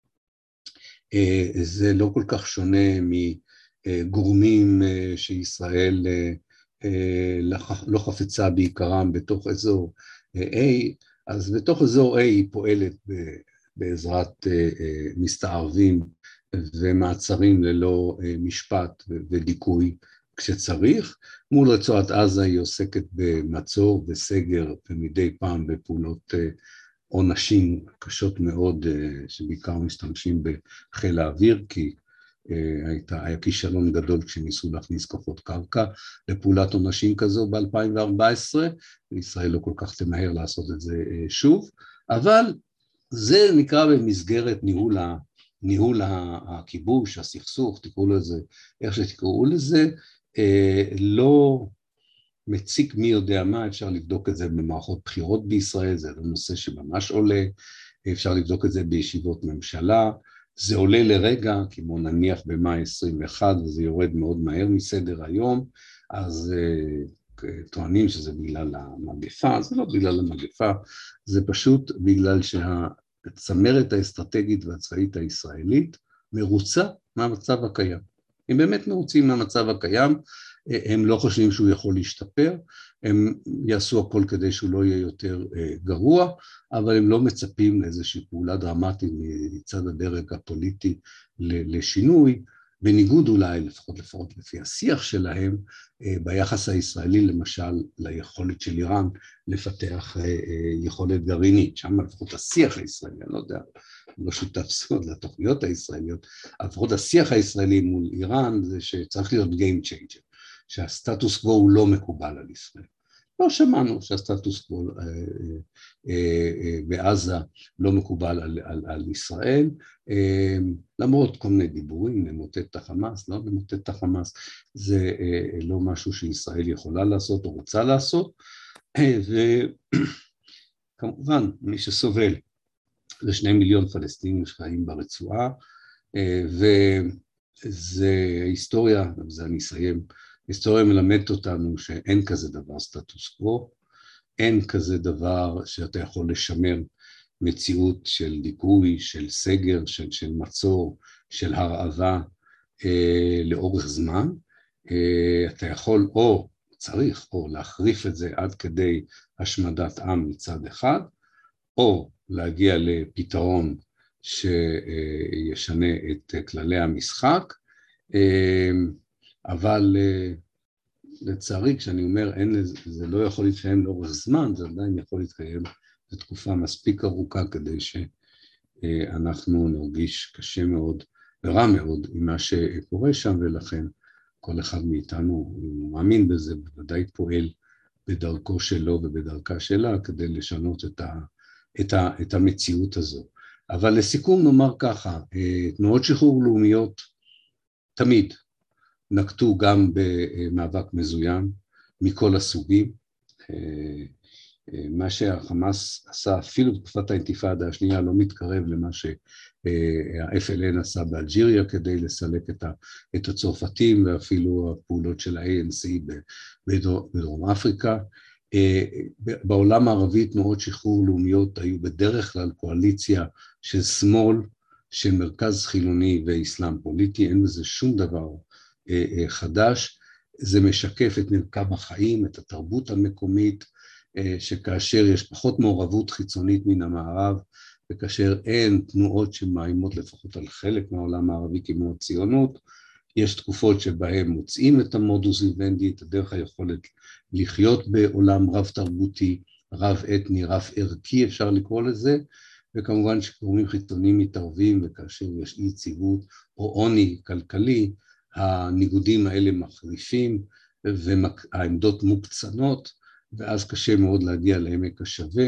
Speaker 2: זה לא כל כך שונה מגורמים שישראל לא חפצה בעיקרם בתוך אזור A, אז בתוך אזור A היא פועלת בעזרת מסתערבים ומעצרים ללא משפט ודיכוי כשצריך. מול רצועת עזה היא עוסקת במצור וסגר ומדי פעם בפעולות עונשים קשות מאוד, שבעיקר משתמשים בחיל האוויר, כי היה כישלון גדול כשניסו להכניס כוחות קרקע לפעולת עונשים כזו ב-2014, וישראל לא כל כך תמהר לעשות את זה שוב, אבל זה נקרא במסגרת ניהול הכיבוש, הסכסוך, תקראו לזה, איך שתקראו לזה, לא מציק מי יודע מה, אפשר לבדוק את זה במערכות בחירות בישראל, זה לא נושא שממש עולה, אפשר לבדוק את זה בישיבות ממשלה, זה עולה לרגע, כמו נניח במאי 21, וזה יורד מאוד מהר מסדר היום, אז טוענים שזה בגלל המגפה, זה לא בגלל המגפה, זה פשוט בגלל שהצמרת האסטרטגית והצבאית הישראלית מרוצה מהמצב הקיים. הם באמת מרוצים מהמצב הקיים, הם לא חושבים שהוא יכול להשתפר, הם יעשו הכל כדי שהוא לא יהיה יותר גרוע, אבל הם לא מצפים לאיזושהי פעולה דרמטית מצד הדרג הפוליטי לשינוי, בניגוד אולי, לפחות לפי השיח שלהם, ביחס הישראלי למשל ליכולת של איראן לפתח יכולת גרעינית, שם לפחות השיח הישראלי, אני לא יודע, לא שותף סוד לתוכניות הישראליות, לפחות השיח הישראלי מול איראן זה שצריך להיות game changer, שהסטטוס קוו הוא לא מקובל על ישראל. לא שמענו שהסטטוס קוו בעזה לא מקובל על ישראל, למרות כל מיני דיבורים, למוטט את החמאס, לא למוטט את החמאס, זה לא משהו שישראל יכולה לעשות או רוצה לעשות, וכמובן מי שסובל זה 2 מיליון פלסטינים שחיים ברצועה, וזה היסטוריה, ובזה אני אסיים, היסטוריה מלמדת אותנו שאין כזה דבר סטטוס קוו, אין כזה דבר שאתה יכול לשמר מציאות של דיכוי, של סגר, של מצור, של הרעבה לאורך זמן. אתה יכול או צריך או להחריף את זה עד כדי השמדת עם מצד אחד, או להגיע לפתרון שישנה את כללי המשחק, אבל לצערי כשאני אומר זה לא יכול להתקיים לאורך זמן, זה עדיין יכול להתקיים לתקופה מספיק ארוכה כדי שאנחנו נרגיש קשה מאוד ורע מאוד עם מה שקורה שם, ולכן כל אחד מאיתנו הוא מאמין בזה, בוודאי פועל בדרכו שלו ובדרכה שלה כדי לשנות את המציאות הזו. אבל לסיכום נאמר ככה, תנועות שחרור לאומיות תמיד נקטו גם במאבק מזוין מכל הסוגים, מה שהחמאס עשה אפילו בתקופת האינתיפאדה השנייה לא מתקרב למה שה-FLN עשה באלג'יריה כדי לסלק את הצרפתים, ואפילו הפעולות של ה-ANC בדרום אפריקה. בעולם הערבי תנועות שחרור לאומיות היו בדרך כלל קואליציה של שמאל, של מרכז חילוני ואסלאם פוליטי, אין בזה שום דבר חדש, זה משקף את מרקם החיים, את התרבות המקומית, שכאשר יש פחות מעורבות חיצונית מן המערב, וכאשר אין תנועות שמאיימות לפחות על חלק מהעולם הערבי כמו הציונות, יש תקופות שבהן מוצאים את המודוס ויבנדי, את הדרך היכולת לחיות בעולם רב תרבותי, רב אתני, רב ערכי אפשר לקרוא לזה, וכמובן שגורמים חיצוניים מתערבים, וכאשר יש אי יציבות או עוני כלכלי, הניגודים האלה מחריפים, והעמדות מוקצנות, ואז קשה מאוד להגיע לעמק השווה.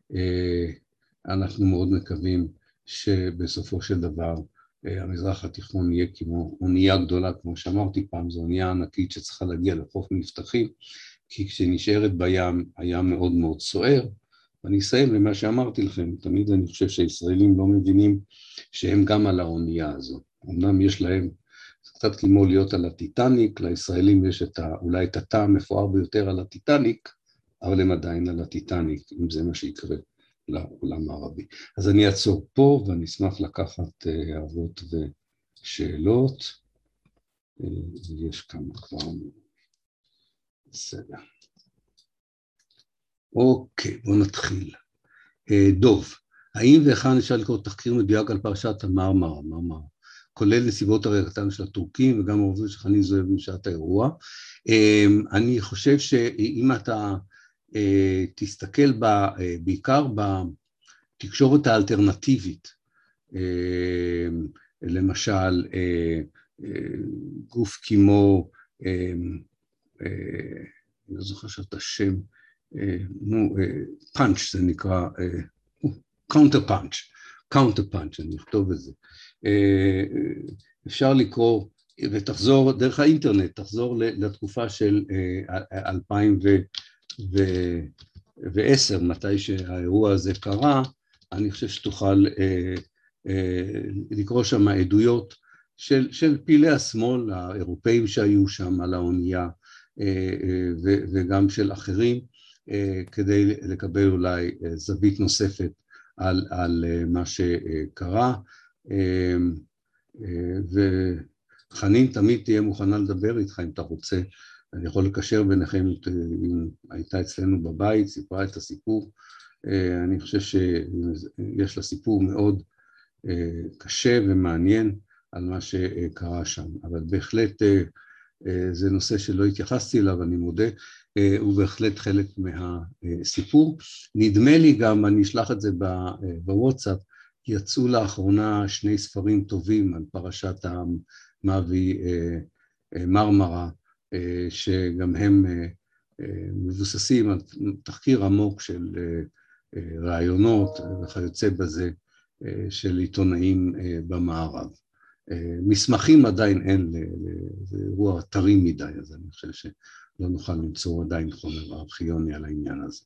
Speaker 2: אנחנו מאוד מקווים שבסופו של דבר המזרח התיכון יהיה כמו אונייה גדולה, כמו שאמרתי פעם, זו אונייה ענקית שצריכה להגיע לחוף מבטחים, כי כשנשארת בים היה מאוד מאוד סוער. ואני אסיים למה שאמרתי לכם, תמיד אני חושב שהישראלים לא מבינים שהם גם על האונייה הזו. אמנם יש להם, זה קצת כמו להיות על הטיטניק, לישראלים יש אולי את התא המפואר ביותר על הטיטניק, אבל הם עדיין על הטיטניק, אם זה מה שיקרה לעולם הערבי. אז אני אעצור פה, ואני אשמח לקחת הערות ושאלות. יש כמה כבר. בסדר. אוקיי, בואו נתחיל. דוב, האם והיכן אפשר לקרוא תחקיר מדויק על פרשת המרמרה, כולל נסיבות הריגתם של הטורקים וגם העובדות של חנין זועבי בשעת האירוע? אני חושב שאם אתה תסתכל בעיקר בתקשורת האלטרנטיבית, למשל גוף כמו, אני לא זוכר שאת השם, פאנץ' זה נקרא, קאונטר פאנץ', אני אכתוב את זה. אפשר לקרוא, ותחזור דרך האינטרנט, תחזור לתקופה של 2010, מתי שהאירוע הזה קרה, אני חושב שתוכל לקרוא שם עדויות של פעילי השמאל, האירופאים שהיו שם על האונייה, וגם של אחרים, כדי לקבל אולי זווית נוספת על מה שקרה, וחנין תמיד תהיה מוכנה לדבר איתך אם אתה רוצה, אני יכול לקשר ביניכם, אם הייתה אצלנו בבית, סיפרה את הסיפור, אני חושב שיש לה סיפור מאוד קשה ומעניין על מה שקרה שם, אבל בהחלט זה נושא שלא התייחסתי אליו, אני מודה, הוא בהחלט חלק מהסיפור. נדמה לי גם, אני אשלח את זה בוואטסאפ, יצאו לאחרונה 2 ספרים טובים על פרשת המאווי מרמרה, שגם הם מבוססים על תחקיר עמוק של רעיונות וכיוצא בזה של עיתונאים במערב. מסמכים עדיין אין, זה אירוע טרי מדי, אז אני חושב שלא נוכל למצוא עדיין חומר ארכיוני על העניין הזה.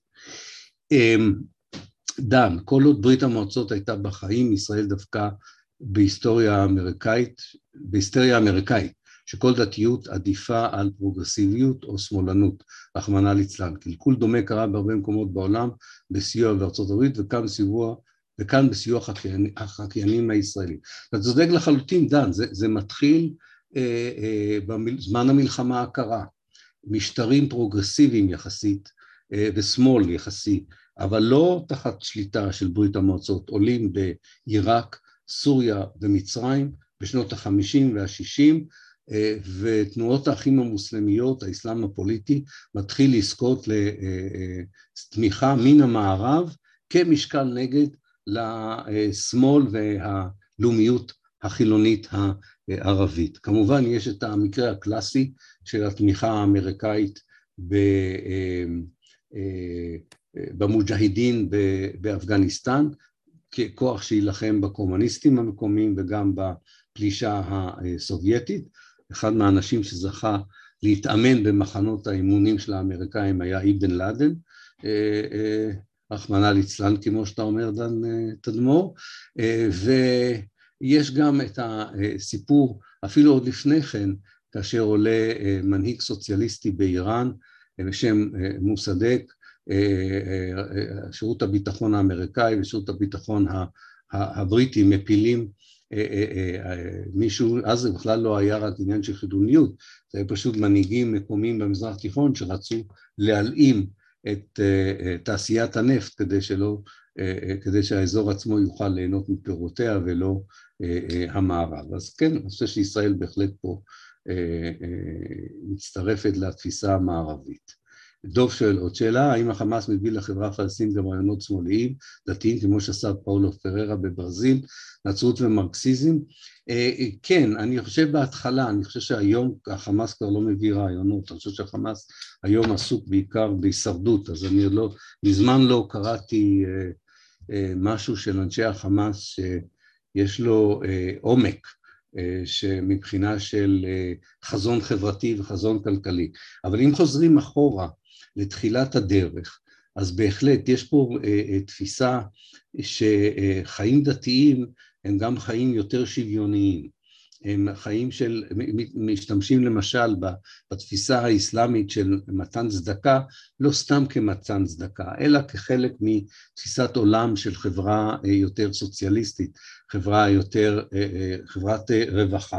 Speaker 2: דן, כל עוד ברית המועצות הייתה בחיים, ישראל דווקא בהיסטריה האמריקאית, שכל דתיות עדיפה על פרוגרסיביות או שמאלנות, רחמנא ליצלן. קלקול דומה קרה בהרבה מקומות בעולם, בסיוע בארצות הברית, וכאן בסיוע החקיינים הישראלים. אתה צודק לחלוטין, דן, זה מתחיל בזמן המלחמה הקרה, משטרים פרוגרסיביים יחסית, ושמאל יחסי, אבל לא תחת שליטה של ברית המועצות, עולים בעיראק, סוריה ומצרים, בשנות ה-50 וה-60, ותנועות האחים המוסלמיות, האסלאם הפוליטי, מתחיל לזכות לתמיכה מן המערב, כמשקל נגד לשמאל והלאומיות החילונית הערבית. כמובן יש את המקרה הקלאסי של התמיכה האמריקאית במוג'הידין באפגניסטן, ככוח שילחם בקומוניסטים המקומיים וגם בפלישה הסובייטית. אחד מהאנשים שזכה להתאמן במחנות האימונים של האמריקאים היה אבן לאדן, רחמנא ליצלן, כמו שאתה אומר, דן תדמור, ויש גם את הסיפור, אפילו עוד לפני כן, כאשר עולה מנהיג סוציאליסטי באיראן, בשם מוסדק, שירות הביטחון האמריקאי ושירות הביטחון הבריטי מפילים מישהו, אז זה בכלל לא היה רק עניין של חידוניות, זה היה פשוט מנהיגים מקומיים במזרח התיכון שרצו להלאים את תעשיית הנפט כדי שהאזור עצמו יוכל ליהנות מפירותיה ולא המערב. אז כן, אני חושב שישראל בהחלט פה מצטרפת לתפיסה המערבית. דוב שואל עוד שאלה, האם החמאס מביא לחברה הפלסטינית גם רעיונות שמאליים, דתיים, כמו שעשה פאולו פררה בברזיל, נצרות ומרקסיזם? כן, אני חושב בהתחלה, אני חושב שהיום החמאס כבר לא מביא רעיונות, אני חושב שהחמאס היום עסוק בעיקר בהישרדות, אז אני מזמן לא קראתי משהו של אנשי החמאס שיש לו עומק, שמבחינה של חזון חברתי וחזון כלכלי. אבל אם חוזרים אחורה לתחילת הדרך, אז בהחלט יש פה תפיסה שחיים דתיים הם גם חיים יותר שוויוניים. הם חיים משתמשים למשל בתפיסה האסלאמית של מתן צדקה, לא סתם כמתן צדקה, אלא כחלק מתפיסת עולם של חברה יותר סוציאליסטית, חברת רווחה.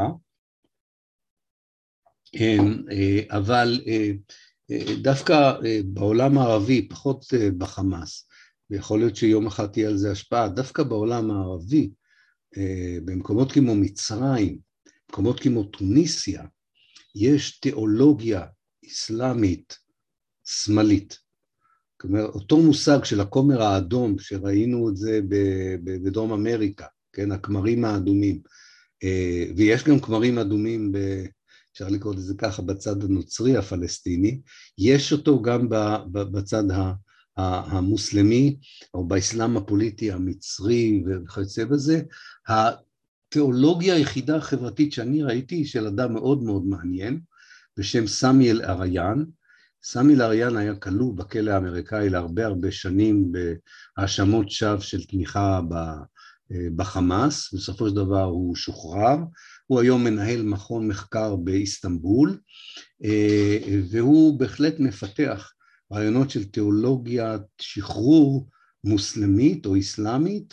Speaker 2: אבל דווקא בעולם הערבי, פחות בחמאס, ויכול להיות שיום אחד תהיה על זה השפעה, דווקא בעולם הערבי, במקומות כמו מצרים, במקומות כמו טוניסיה, יש תיאולוגיה אסלאמית שמאלית. כלומר, אותו מושג של הכומר האדום, שראינו את זה בדרום אמריקה, כן, הכמרים האדומים, ויש גם כמרים אדומים, אפשר לקרוא לזה ככה, בצד הנוצרי הפלסטיני, יש אותו גם בצד המוסלמי, או באסלאם הפוליטי המצרי וכיוצא בזה. התיאולוגיה היחידה החברתית שאני ראיתי, של אדם מאוד מאוד מעניין, בשם סמי אל-אריאן. סמי אל-אריאן היה כלוא בכלא האמריקאי להרבה שנים, בהאשמות שווא של תמיכה בחמאס, בסופו של דבר הוא שוחרר, הוא היום מנהל מכון מחקר באיסטנבול, והוא בהחלט מפתח רעיונות של תיאולוגיית שחרור מוסלמית או אסלאמית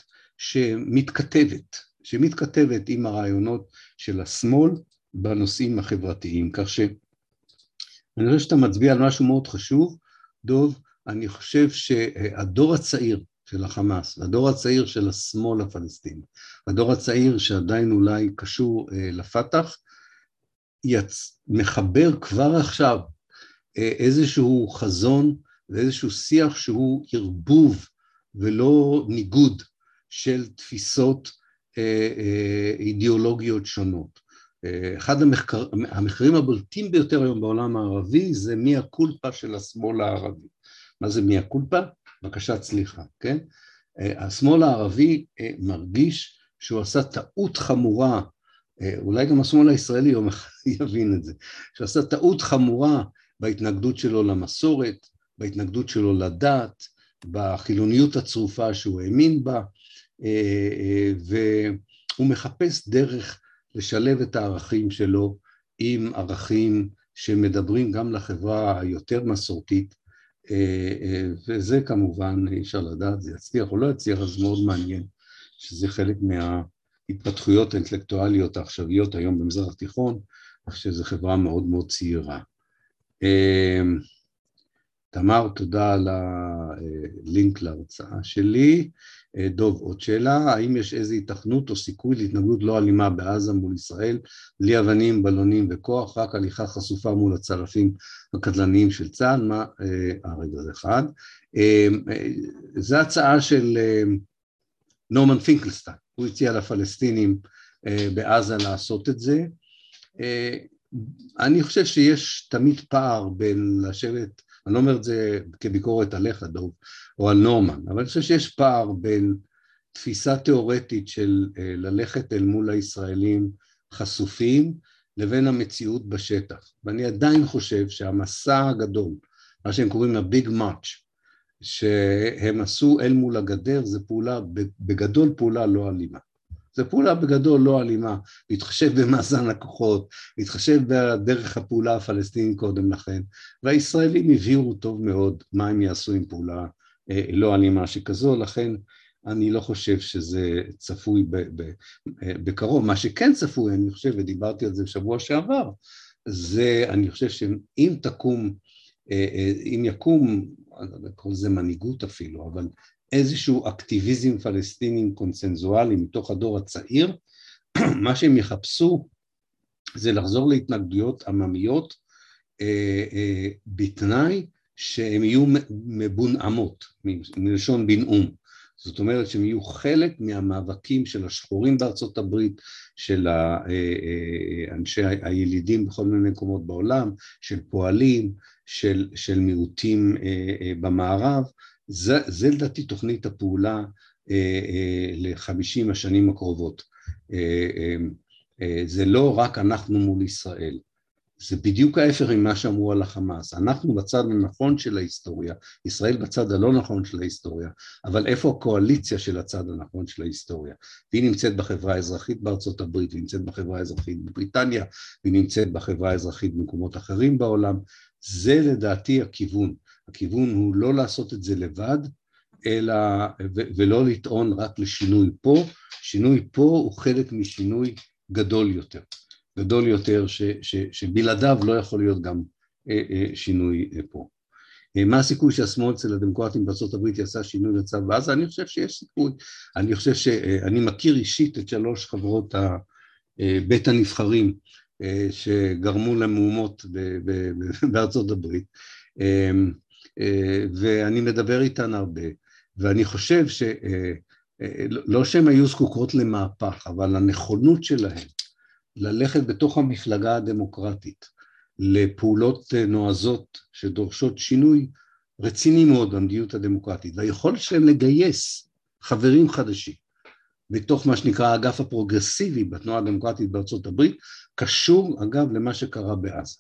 Speaker 2: שמתכתבת עם הרעיונות של השמאל בנושאים החברתיים. כך שאני חושב שאתה מצביע על משהו מאוד חשוב, דוב. אני חושב שהדור הצעיר של החמאס, הדור הצעיר של השמאל הפלסטיני, הדור הצעיר שעדיין אולי קשור לפתח, מחבר כבר עכשיו איזשהו חזון ואיזשהו שיח שהוא ערבוב ולא ניגוד של תפיסות אידיאולוגיות שונות. אחד המחקרים הבולטים ביותר היום בעולם הערבי זה מי הקולפה של השמאל הערבי. מה זה מי הקולפה? בקשת סליחה, כן? השמאל הערבי מרגיש שהוא עשה טעות חמורה, אולי גם השמאל הישראלי יום אחד יבין את זה, שהוא עשה טעות חמורה בהתנגדות שלו למסורת, בהתנגדות שלו לדת, בחילוניות הצרופה שהוא האמין בה, והוא מחפש דרך לשלב את הערכים שלו עם ערכים שמדברים גם לחברה היותר מסורתית, וזה כמובן אי אפשר לדעת, זה יצליח או לא יצליח, אז מאוד מעניין שזה חלק מההתפתחויות האינטלקטואליות העכשוויות היום במזרח התיכון, שזו חברה מאוד מאוד צעירה. תמר, תודה על הלינק להרצאה שלי. דוב, עוד שאלה, האם יש איזו התכנות או סיכוי להתנגדות לא אלימה בעזה מול ישראל, בלי אבנים, בלונים וכוח, רק הליכה חשופה מול הצלפים הקטלניים של צה"ל? מה, רגע, זה אחד. זו הצעה של נורמן פינקלשטיין, הוא הציע לפלסטינים בעזה לעשות את זה. אני חושב שיש תמיד פער בין לשבת, אני לא אומר את זה כביקורת עליך, דוב, או על נורמן, אבל אני חושב שיש פער בין תפיסה תיאורטית של ללכת אל מול הישראלים חשופים, לבין המציאות בשטח. ואני עדיין חושב שהמסע הגדול, מה שהם קוראים הביג מאץ', שהם עשו אל מול הגדר, זה פעולה, בגדול פעולה לא אלימה. זה פעולה בגדול לא אלימה, להתחשב במאזן הכוחות, להתחשב בדרך הפעולה הפלסטינית קודם לכן, והישראלים הביאו טוב מאוד מה הם יעשו עם פעולה לא אלימה שכזו, לכן אני לא חושב שזה צפוי בקרוב. מה שכן צפוי, אני חושב, ודיברתי על זה בשבוע שעבר, זה אני חושב שאם תקום אם יקום, אני קורא לזה מנהיגות אפילו, אבל איזשהו אקטיביזם פלסטינים קונסנזואלי מתוך הדור הצעיר, מה שהם יחפשו זה לחזור להתנגדויות עממיות, בתנאי שהם יהיו מבונעמות, מלשון בנאום. זאת אומרת שהם יהיו חלק מהמאבקים של השחורים בארצות הברית, של אנשי הילידים בכל מיני מקומות בעולם, של פועלים, של מיעוטים במערב. זה לדעתי תוכנית הפעולה ל-50 השנים הקרובות. זה לא רק אנחנו מול ישראל, זה בדיוק ההפך ממה שאמרו על החמאס. אנחנו בצד הנכון של ההיסטוריה, ישראל בצד הלא נכון של ההיסטוריה, אבל איפה הקואליציה של הצד הנכון של ההיסטוריה? והיא נמצאת בחברה האזרחית בארצות הברית, והיא נמצאת בחברה האזרחית בבריטניה, והיא נמצאת בחברה האזרחית במקומות אחרים בעולם. זה לדעתי הכיוון. הכיוון הוא לא לעשות את זה לבד, אלא, ולא לטעון רק לשינוי פה. שינוי פה הוא חלק משינוי גדול יותר שבלעדיו לא יכול להיות גם שינוי פה. מה הסיכוי שהשמאל אצל הדמוקרטים בארצות הברית יעשה שינוי לצד בעזה? אני חושב שיש סיכוי. אני חושב שאני מכיר אישית את 3 חברות בית הנבחרים שגרמו למהומות בארצות הברית, ואני מדבר איתן הרבה, ואני חושב לא שהן היו זקוקות למהפך, אבל הנכונות שלהן ללכת בתוך המפלגה הדמוקרטית לפעולות נועזות שדורשות שינוי רציני מאוד במדיניות הדמוקרטית, והיכולת שלהם לגייס חברים חדשים בתוך מה שנקרא האגף הפרוגרסיבי בתנועה הדמוקרטית בארצות הברית, קשור אגב למה שקרה בעזה.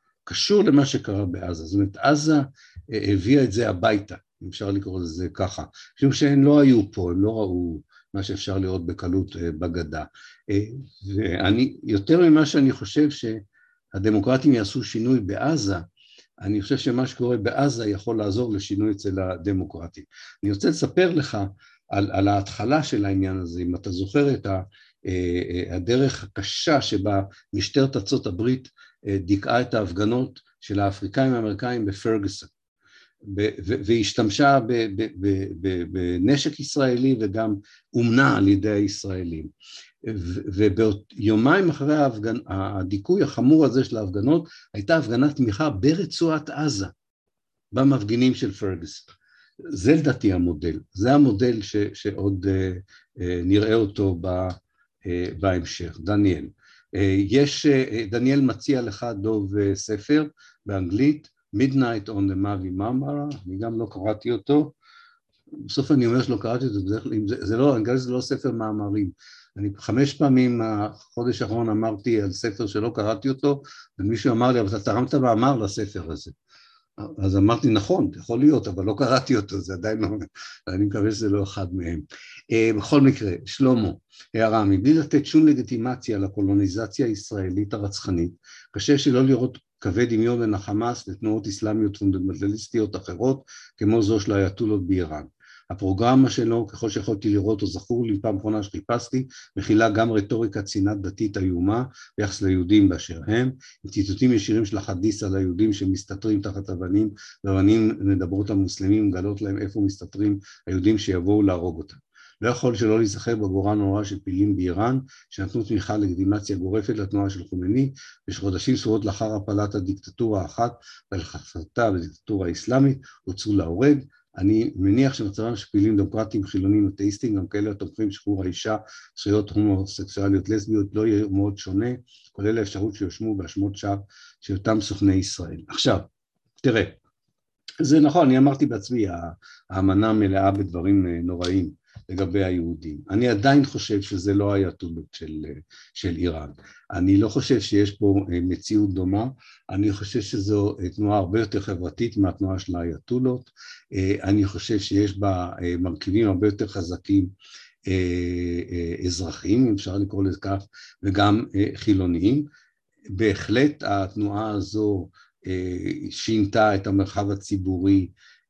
Speaker 2: זאת אומרת, עזה הביאה את זה הביתה, אם אפשר לקרוא לזה ככה, משום שהם לא היו פה, הם לא ראו מה שאפשר לראות בקלות בגדה. ואני, יותר ממה שאני חושב שהדמוקרטים יעשו שינוי בעזה, אני חושב שמה שקורה בעזה יכול לעזור לשינוי אצל הדמוקרטים. אני רוצה לספר לך על ההתחלה של העניין הזה, אם אתה זוכר את הדרך הקשה שבה משטרת ארצות הברית דיכאה את ההפגנות של האפריקאים האמריקאים בפרגוסון, והשתמשה בנשק ישראלי וגם אומנה על ידי הישראלים. וביומיים אחרי הדיכוי החמור הזה של ההפגנות, הייתה הפגנת תמיכה ברצועת עזה, במפגינים של פרגוסון. זה לדעתי המודל, זה המודל שעוד נראה אותו בהמשך. דניאל מציע לך דוב ספר באנגלית, Midnight on the Mavi Marmara, אני גם לא קראתי אותו, בסוף אני אומר שלא קראתי אותו, זה לא ספר מאמרים, אני 5 פעמים החודש האחרון אמרתי על ספר שלא קראתי אותו, ומישהו אמר לי, אבל אתה תרמת מאמר לספר הזה, אז אמרתי נכון, יכול להיות, אבל לא קראתי אותו, זה עדיין לא, אני מקווה שזה לא אחד מהם. בכל מקרה, שלמה, הערה, מבלי לתת שום לגיטימציה לקולוניזציה הישראלית הרצחנית, קשה שלא לראות קווי דמיון בין החמאס לתנועות אסלאמיות פונדמנטליסטיות אחרות, כמו זו של האייתולות באיראן. הפרוגרמה שלו, ככל שיכולתי לראות, או זכור לי פעם אחרונה שחיפשתי, מכילה גם רטוריקה צנעת דתית איומה ביחס ליהודים באשר הם, עם ציטוטים ישירים של החדית' על היהודים שמסתתרים תחת אבנים, ואבנים מדברות המוסלמים, מגלות להם איפה מסתתרים היהודים שיבואו להרוג אותם. לא יכול שלא להיזכר בגורל נורא של פעילים באיראן, שנתנו תמיכה לגיטימציה גורפת לתנועה של חומייני, ושחודשים ספורות לאחר הפלת הדיקטטורה האחת, והחלפתה בדיקטטורה האסלאמית, הוצאו להורג. אני מניח שמצבם של פעילים דמוקרטיים, חילונים, אתאיסטים, גם כאלה התומכים שחרור האישה, זכויות הומוסקסואליות, לסביות, לא יהיה מאוד שונה, כולל האפשרות שיושמו בהאשמות שווא של אותם סוכני ישראל. עכשיו, תראה, זה נכון, אני אמרתי בעצמי, האמנה מלאה בדברים נוראים לגבי היהודים. אני עדיין חושב שזה לא האייתולות של איראן. אני לא חושב שיש פה מציאות דומה, אני חושב שזו תנועה הרבה יותר חברתית מהתנועה של האייתולות, אני חושב שיש בה מרכיבים הרבה יותר חזקים אזרחיים, אם אפשר לקרוא לזה כך, וגם חילוניים. בהחלט התנועה הזו שינתה את המרחב הציבורי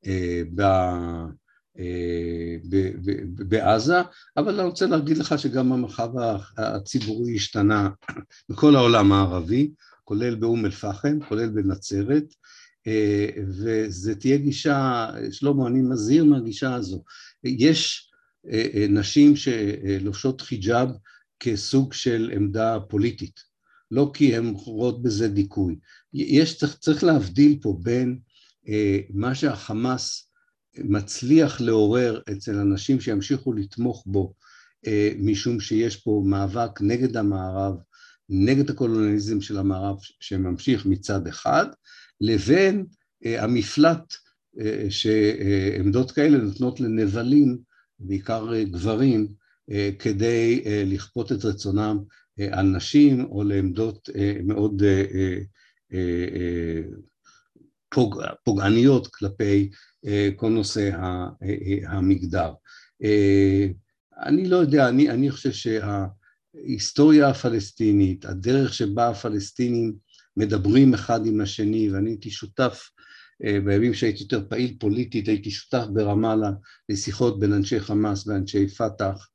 Speaker 2: בעזה, אבל אני רוצה להגיד לך שגם המרחב הציבורי השתנה בכל העולם הערבי, כולל באום אל פחם, כולל בנצרת, וזה תהיה גישה, שלמה, אני מזהיר מהגישה הזו. יש נשים שלובשות חיג'אב כסוג של עמדה פוליטית, לא כי הן רואות בזה דיכוי. צריך להבדיל פה בין מה שהחמאס מצליח לעורר אצל אנשים שימשיכו לתמוך בו, משום שיש פה מאבק נגד המערב, נגד הקולוניאליזם של המערב שממשיך מצד אחד, לבין המפלט שעמדות כאלה נותנות לנבלים, בעיקר גברים, כדי לכפות את רצונם על נשים או לעמדות מאוד פוגעניות כלפי כל נושא המגדר. אני לא יודע, אני חושב שההיסטוריה הפלסטינית, הדרך שבה הפלסטינים מדברים אחד עם השני, ואני הייתי שותף, בימים שהייתי יותר פעיל פוליטית, הייתי שותף ברמאללה לשיחות בין אנשי חמאס ואנשי פתח.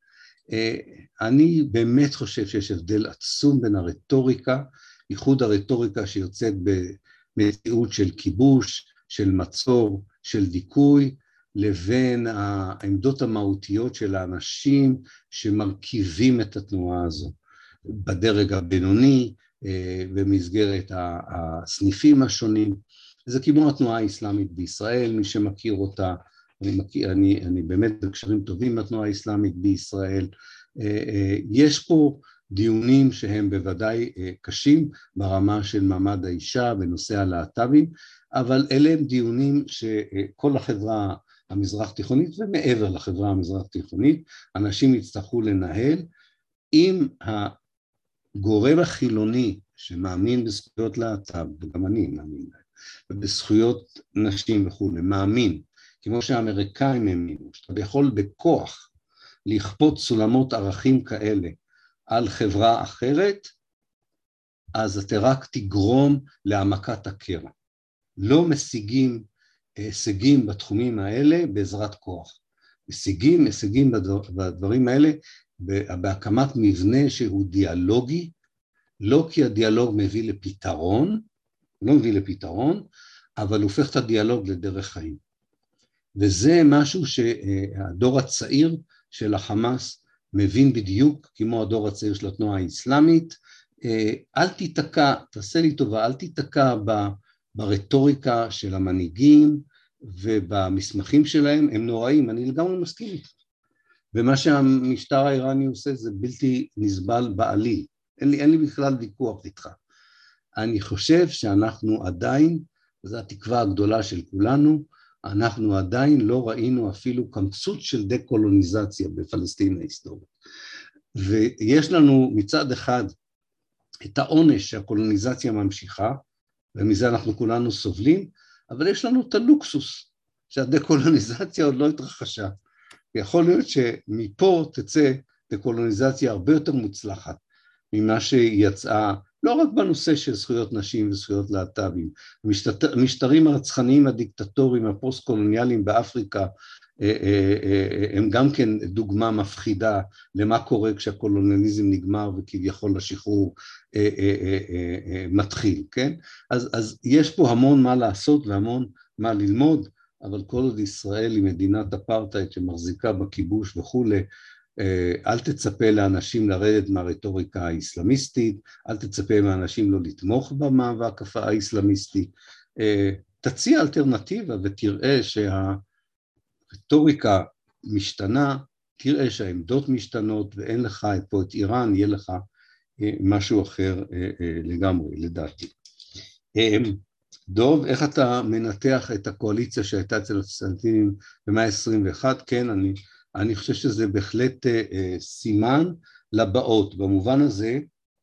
Speaker 2: אני באמת חושב שיש הבדל עצום בין הרטוריקה, ייחוד הרטוריקה שיוצאת במציאות של כיבוש, של מצור, של דיכוי, לבין העמדות המהותיות של האנשים שמרכיבים את התנועה הזו, בדרג הבינוני, במסגרת הסניפים השונים. זה כמו התנועה האסלאמית בישראל, מי שמכיר אותה, אני באמת בקשרים טובים בתנועה האסלאמית בישראל. יש פה דיונים שהם בוודאי קשים ברמה של מעמד האישה בנושא הלהט"בים, אבל אלה הם דיונים שכל החברה המזרח תיכונית ומעבר לחברה המזרח תיכונית, אנשים יצטרכו לנהל. אם הגורם החילוני שמאמין בזכויות להט"ב, וגם אני מאמין להם, ובזכויות נשים וכו', מאמין, כמו שהאמריקאים האמינו, שאתה יכול בכוח לכפות סולמות ערכים כאלה על חברה אחרת, אז אתה רק תגרום להעמקת הקרע. לא משיגים הישגים בתחומים האלה בעזרת כוח. הישגים בדברים האלה בהקמת מבנה שהוא דיאלוגי, לא כי הדיאלוג מביא לפתרון, לא מביא לפתרון, אבל הופך את הדיאלוג לדרך חיים. וזה משהו שהדור הצעיר של החמאס מבין בדיוק, כמו הדור הצעיר של התנועה האסלאמית. אל תתקע, תעשה לי טובה, אל תתקע ברטוריקה של המנהיגים ובמסמכים שלהם, הם נוראים, אני לגמרי מסכים איתם. ומה שהמשטר האיראני עושה זה בלתי נסבל בעליל, אין לי בכלל ויכוח איתך. אני חושב שאנחנו עדיין, וזו התקווה הגדולה של כולנו, אנחנו עדיין לא ראינו אפילו קמצות של דקולוניזציה בפלסטין ההיסטורית. ויש לנו מצד אחד את העונש שהקולוניזציה ממשיכה, ומזה אנחנו כולנו סובלים, אבל יש לנו את הלוקסוס שהדקולוניזציה עוד לא התרחשה. ויכול להיות שמפה תצא דקולוניזציה הרבה יותר מוצלחת ממה שיצאה, לא רק בנושא של זכויות נשים וזכויות להט"בים, המשטרים הרצחניים הדיקטטוריים הפוסט-קולוניאליים באפריקה, הם גם כן דוגמה מפחידה למה קורה כשהקולוניאליזם נגמר וכביכול השחרור מתחיל, כן? אז יש פה המון מה לעשות והמון מה ללמוד, אבל כל עוד ישראל היא מדינת אפרטהייד שמחזיקה בכיבוש וכולי, אל תצפה לאנשים לרדת מהרטוריקה האסלאמיסטית, אל תצפה מאנשים לא לתמוך במאבק האסלאמיסטי, תציע אלטרנטיבה ותראה שהרטוריקה משתנה, תראה שהעמדות משתנות ואין לך פה את איראן, יהיה לך משהו אחר לגמרי, לדעתי. דוב, איך אתה מנתח את הקואליציה שהייתה אצל הפלסטינים במאה ה-21? כן, אני חושב שזה בהחלט סימן לבאות, במובן הזה,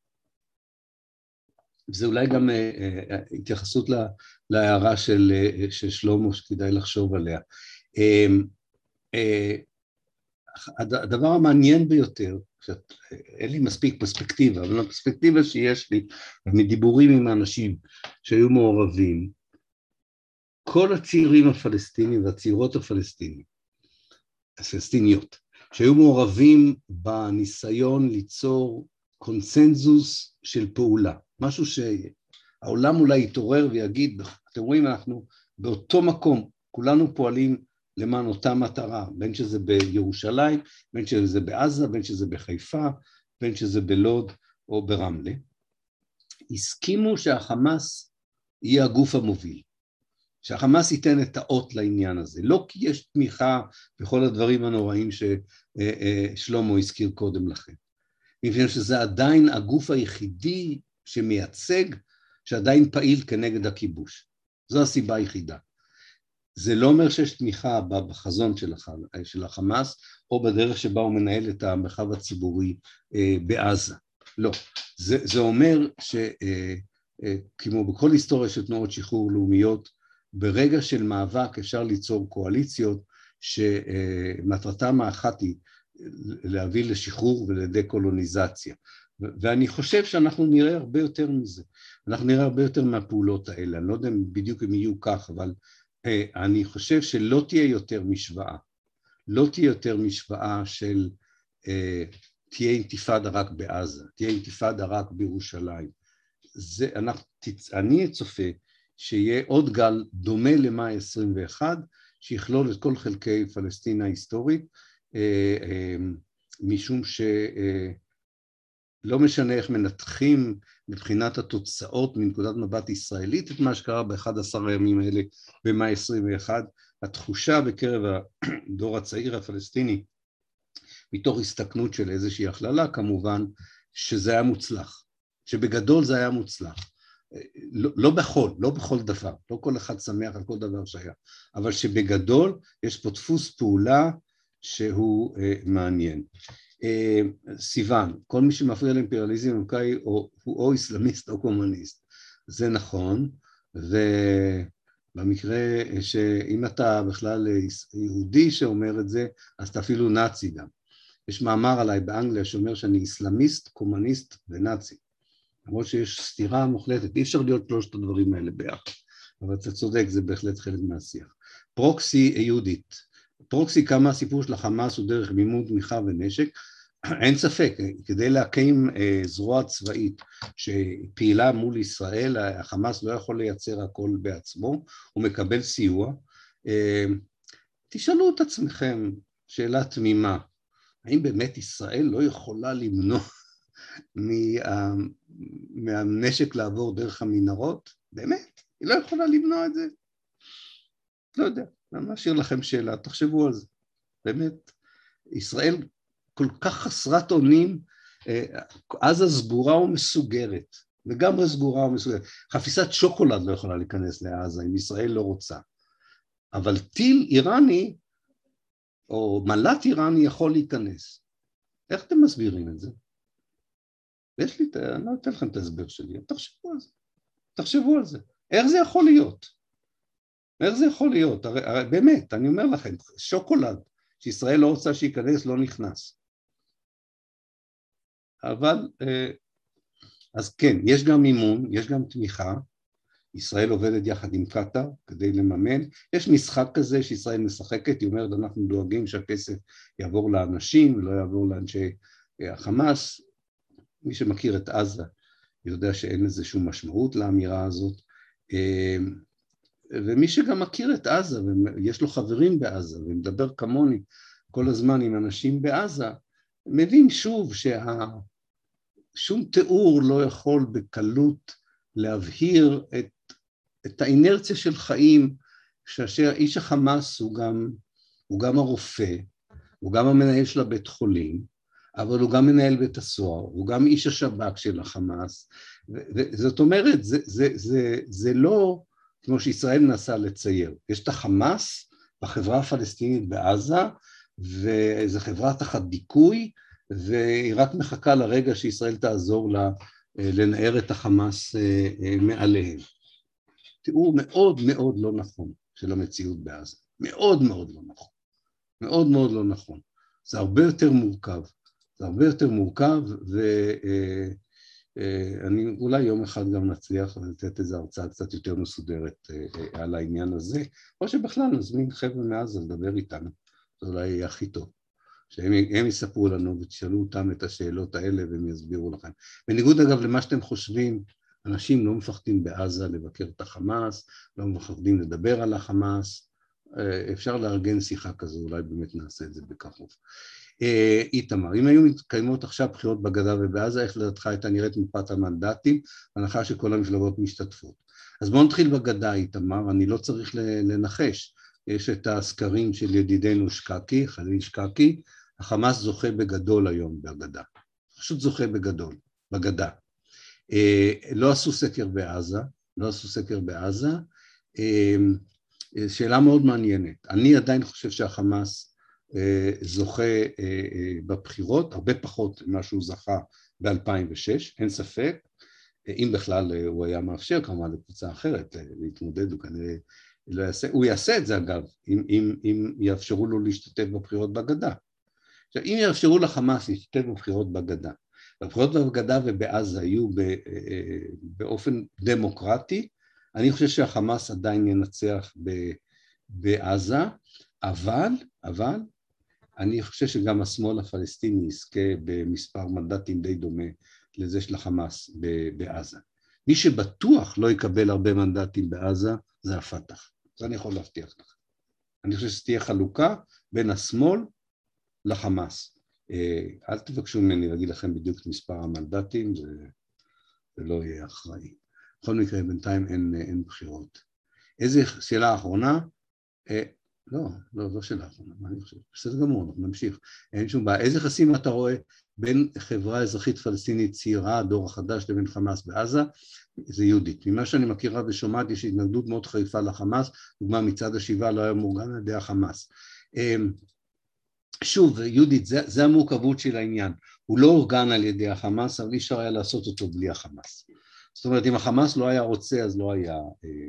Speaker 2: זה אולי גם התייחסות להערה של שלמה שכדאי לחשוב עליה. הדבר המעניין ביותר, אין לי מספיק פרספקטיבה, אבל הפרספקטיבה שיש לי מדיבורים עם האנשים שהיו מעורבים, כל הצעירים הפלסטינים והצעירות הפלסטיניות, שהיו מעורבים בניסיון ליצור קונסנזוס של פעולה, משהו שהעולם אולי יתעורר ויגיד, אתם רואים, אנחנו באותו מקום, כולנו פועלים למען אותה מטרה, בין שזה בירושלים, בין שזה בעזה, בין שזה בחיפה, בין שזה בלוד או ברמלה. הסכימו שהחמאס יהיה הגוף המוביל, שהחמאס ייתן את האות לעניין הזה, לא כי יש תמיכה בכל הדברים הנוראים ששלמה הזכיר קודם לכן, מפני שזה עדיין הגוף היחידי שמייצג, שעדיין פעיל כנגד הכיבוש. זו הסיבה היחידה. זה לא אומר שיש תמיכה בחזון של החמאס, או בדרך שבה הוא מנהל את המרחב הציבורי בעזה. לא. זה אומר כמו בכל היסטוריה של תנועות שחרור לאומיות, ברגע של מאבק אפשר ליצור קואליציות שמטרתם האחת היא להביא לשחרור ולדקולוניזציה. ואני חושב שאנחנו נראה הרבה יותר מזה. אנחנו נראה הרבה יותר מהפעולות האלה. אני לא יודע בדיוק אם יהיו כך, אבל אני חושב שלא תהיה יותר משוואה. לא תהיה יותר משוואה של תהיה אינתיפאדה רק בעזה, תהיה אינתיפאדה רק בירושלים. אני צופה שיהיה עוד גל דומה למאי 21, שיכלול את כל חלקי פלסטין ההיסטורית, משום שלא משנה איך מנתחים מבחינת התוצאות מנקודת מבט ישראלית את מה שקרה ב-11 הימים האלה במאי 21, התחושה בקרב הדור הצעיר הפלסטיני, מתוך הסתכנות של איזושהי הכללה כמובן, שזה היה מוצלח, שבגדול זה היה מוצלח. לא בכל דבר, לא כל אחד שמח על כל דבר שהיה, אבל שבגדול יש פה דפוס פעולה שהוא מעניין. סיוון, כל מי שמפריע לאימפריאליזם אמריקאי הוא או איסלאמיסט או קומוניסט, זה נכון, ובמקרה שאם אתה בכלל יהודי שאומר את זה, אז אתה אפילו נאצי גם. יש מאמר עליי באנגליה שאומר שאני איסלאמיסט, קומוניסט ונאצי. למרות שיש סתירה מוחלטת, אי אפשר להיות שלושת הדברים האלה ביחד, אבל אתה צודק, זה בהחלט חלק מהשיח. פרוקסי יהודית, פרוקסי כמה הסיפור של החמאס הוא דרך מימון תמיכה ונשק, אין ספק, כדי להקים זרוע צבאית שפעילה מול ישראל, החמאס לא יכול לייצר הכל בעצמו, הוא מקבל סיוע. תשאלו את עצמכם שאלה תמימה, האם באמת ישראל לא יכולה למנוע מהנשק לעבור דרך המנהרות? באמת? היא לא יכולה למנוע את זה? לא יודע, אני אשאיר לכם שאלה, תחשבו על זה. באמת, ישראל כל כך חסרת אונים, עזה סגורה ומסוגרת, לגמרי סגורה ומסוגרת. חפיסת שוקולד לא יכולה להיכנס לעזה, אם ישראל לא רוצה. אבל טיל איראני, או מל"ט איראני יכול להיכנס. איך אתם מסבירים את זה? אני לא אתן לכם את ההסבר שלי, תחשבו על זה. תחשבו על זה. איך זה יכול להיות? איך זה יכול להיות? הרי באמת, אני אומר לכם, שוקולד שישראל לא רוצה שייכנס, לא נכנס. אבל, אז כן, יש גם מימון, יש גם תמיכה, ישראל עובדת יחד עם קטאר כדי לממן, יש משחק כזה שישראל משחקת, היא אומרת, אנחנו דואגים שהכסף יעבור לאנשים ולא יעבור לאנשי החמאס, מי שמכיר את עזה יודע שאין לזה שום משמעות לאמירה הזאת, ומי שגם מכיר את עזה, ויש לו חברים בעזה, ומדבר כמוני כל הזמן עם אנשים בעזה, מבין שוב ששום תיאור לא יכול בקלות להבהיר את האינרציה של חיים, כאשר איש החמאס הוא גם הרופא, הוא גם המנהל של הבית חולים, אבל הוא גם מנהל בית הסוהר, הוא גם איש השב"כ של החמאס, וזאת אומרת, זה לא כמו שישראל מנסה לצייר. יש את החמאס בחברה הפלסטינית בעזה, וזו חברה תחת דיכוי, והיא רק מחכה לרגע שישראל תעזור לה לנער את החמאס מעליהם. תיאור מאוד מאוד לא נכון של המציאות בעזה. מאוד מאוד לא נכון. מאוד מאוד לא נכון. זה הרבה יותר מורכב. זה הרבה יותר מורכב, ואני אולי יום אחד גם נצליח לתת איזו הרצאה קצת יותר מסודרת על העניין הזה, או שבכלל נזמין חבר'ה מעזה לדבר איתנו, זה אולי יהיה הכי טוב, שהם יספרו לנו ותשאלו אותם את השאלות האלה והם יסבירו לכם. בניגוד אגב למה שאתם חושבים, אנשים לא מפחדים בעזה לבקר את החמאס, לא מפחדים לדבר על החמאס, אפשר לארגן שיחה כזו, אולי באמת נעשה את זה בקרוב. איתמר, אם היו מתקיימות עכשיו בחירות בגדה ובעזה, איך לדעתך הייתה נראית מפת המנדטים, הנחה שכל המפלגות משתתפות? אז בואו נתחיל בגדה, איתמר, אני לא צריך לנחש, יש את הסקרים של ידידנו שקקי, חליל שקקי, החמאס זוכה בגדול היום בגדה, פשוט זוכה בגדול, בגדה. לא עשו סקר בעזה, שאלה מאוד מעניינת, אני עדיין חושב שהחמאס זוכה בבחירות, הרבה פחות ממה שהוא זכה ב-2006, אין ספק, אם בכלל הוא היה מאפשר כמובן לקבוצה אחרת להתמודד, הוא כנראה לא יעשה, הוא יעשה את זה אגב, אם יאפשרו לו להשתתף בבחירות בגדה. עכשיו, אם יאפשרו לחמאס להשתתף בבחירות בגדה, והבחירות בגדה ובעזה היו באופן דמוקרטי, אני חושב שהחמאס עדיין ינצח בעזה, אבל אני חושב שגם השמאל הפלסטיני יזכה במספר מנדטים די דומה לזה של החמאס בעזה. מי שבטוח לא יקבל הרבה מנדטים בעזה זה הפתח, זה אני יכול להבטיח לך. אני חושב שתהיה חלוקה בין השמאל לחמאס. אל תבקשו ממני להגיד לכם בדיוק את מספר המנדטים, זה לא יהיה אחראי. בכל מקרה, בינתיים אין בחירות. איזה שאלה האחרונה? לא שאלה האחרונה, מה אני חושב? בסדר גמור, אנחנו נמשיך. אין שום בעיה. איזה יחסים אתה רואה בין חברה אזרחית פלסטינית צעירה, הדור החדש, לבין חמאס בעזה? זה יהודית. ממה שאני מכירה ושומעת, יש התנגדות מאוד חריפה לחמאס, דוגמה מצד השיבה לא היה מאורגן על ידי החמאס. שוב, יהודית, זה המורכבות של העניין. הוא לא אורגן על ידי החמאס, אבל אי אפשר היה לעשות אותו בלי החמאס. זאת אומרת, אם החמאס לא היה רוצה, אז לא היה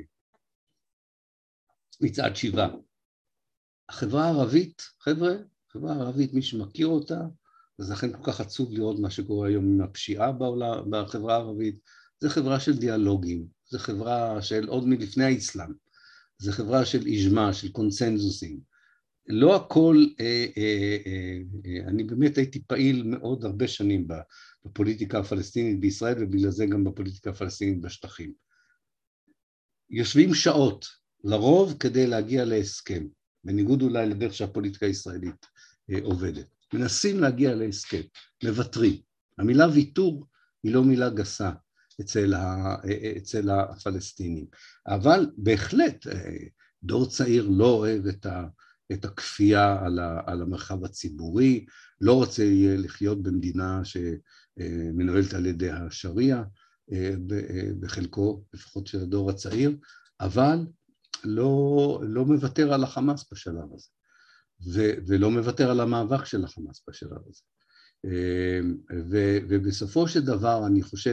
Speaker 2: מצעד שיבה. החברה הערבית, החברה הערבית, מי שמכיר אותה, אז לכן כל כך עצוב לראות מה שקורה היום עם הפשיעה בחברה הערבית, זה חברה של דיאלוגים, זה חברה של עוד מלפני האסלאם, זה חברה של איג'מה, של קונסנזוסים. לא הכל, אני באמת הייתי פעיל מאוד הרבה שנים בפוליטיקה הפלסטינית בישראל, ובגלל זה גם בפוליטיקה הפלסטינית בשטחים. יושבים שעות, לרוב כדי להגיע להסכם, בניגוד אולי לדרך שהפוליטיקה הישראלית עובדת. מנסים להגיע להסכם, מוותרים. המילה ויתור היא לא מילה גסה אצל הפלסטינים, אבל בהחלט דור צעיר לא אוהב את הכפייה על המרחב הציבורי, לא רוצה לחיות במדינה שמנוהלת על ידי השריעה, בחלקו, לפחות של הדור הצעיר, אבל לא מוותר על החמאס בשלב הזה, ולא מוותר על המאבק של החמאס בשלב הזה. ובסופו של דבר אני חושב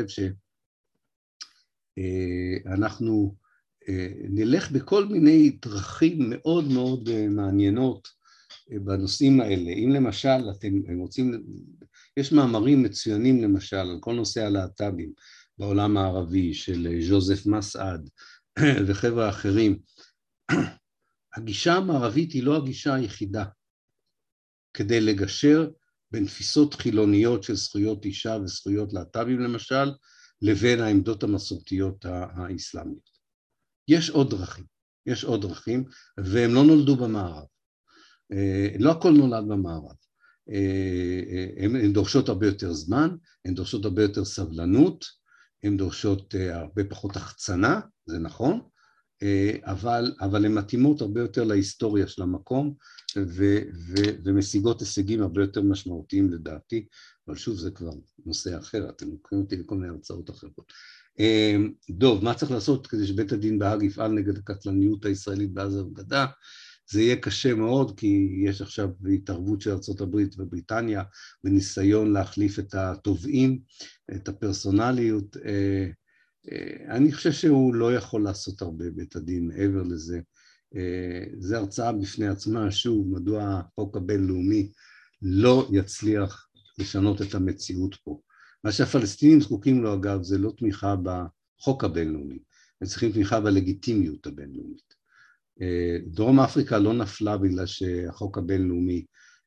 Speaker 2: שאנחנו נלך בכל מיני דרכים מאוד מאוד מעניינות בנושאים האלה. אם למשל אתם רוצים, יש מאמרים מצוינים למשל על כל נושא הלהט"בים בעולם הערבי של ז'וזף מסעד וחבר'ה אחרים. הגישה המערבית היא לא הגישה היחידה כדי לגשר בין תפיסות חילוניות של זכויות אישה וזכויות להט"בים למשל, לבין העמדות המסורתיות האסלאמיות. יש עוד דרכים, והם לא נולדו במערב. לא הכל נולד במערב. הן דורשות הרבה יותר זמן, הן דורשות הרבה יותר סבלנות, הן דורשות הרבה פחות החצנה, זה נכון, אבל הן מתאימות הרבה יותר להיסטוריה של המקום, ומשיגות הישגים הרבה יותר משמעותיים לדעתי, אבל שוב זה כבר נושא אחר, אתם לוקחים אותי לכל מיני הרצאות אחרות. דוב, מה צריך לעשות כדי שבית הדין בהאג יפעל נגד הקטלניות הישראלית בעזה ובגדה? זה יהיה קשה מאוד, כי יש עכשיו התערבות של ארצות הברית ובריטניה, בניסיון להחליף את התובעים, את הפרסונליות. אני חושב שהוא לא יכול לעשות הרבה בית הדין מעבר לזה. זה הרצאה בפני עצמה, שוב, מדוע החוק הבינלאומי לא יצליח לשנות את המציאות פה. מה שהפלסטינים זקוקים לו אגב, זה לא תמיכה בחוק הבינלאומי, הם צריכים תמיכה בלגיטימיות הבינלאומית. דרום אפריקה לא נפלה בגלל שהחוק הבינלאומי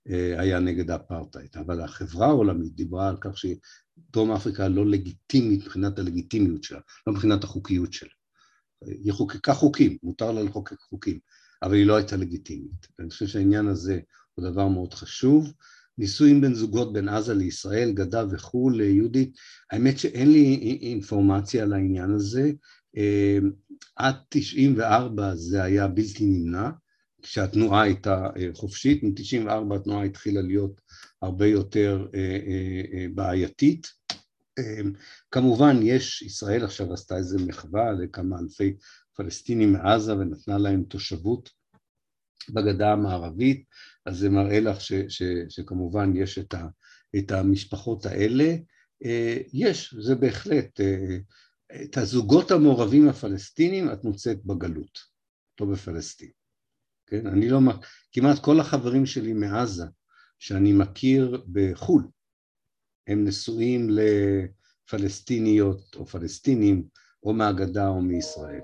Speaker 2: היה נגד האפרטהייד, אבל החברה העולמית דיברה על כך שדרום אפריקה לא לגיטימית מבחינת הלגיטימיות שלה, לא מבחינת החוקיות שלה. היא חוקקה חוקים, מותר לה לחוקק חוקים, אבל היא לא הייתה לגיטימית. ואני חושב שהעניין הזה הוא דבר מאוד חשוב. נישואים בין זוגות בין עזה לישראל, גדה וכו' יהודית, האמת שאין לי אינפורמציה על העניין הזה, עד 94 זה היה בלתי נמנע, כשהתנועה הייתה חופשית, מ-94 התנועה התחילה להיות הרבה יותר בעייתית. כמובן ישראל עכשיו עשתה איזה מחווה לכמה אלפי פלסטינים מעזה ונתנה להם תושבות בגדה המערבית, אז זה מראה לך שכמובן יש את המשפחות האלה, זה בהחלט, את הזוגות המעורבים הפלסטינים את מוצאת בגלות, לא בפלסטין. כן? אני לא, כמעט כל החברים שלי מעזה שאני מכיר בחול, הם נשואים לפלסטיניות או פלסטינים או מהגדה או מישראל.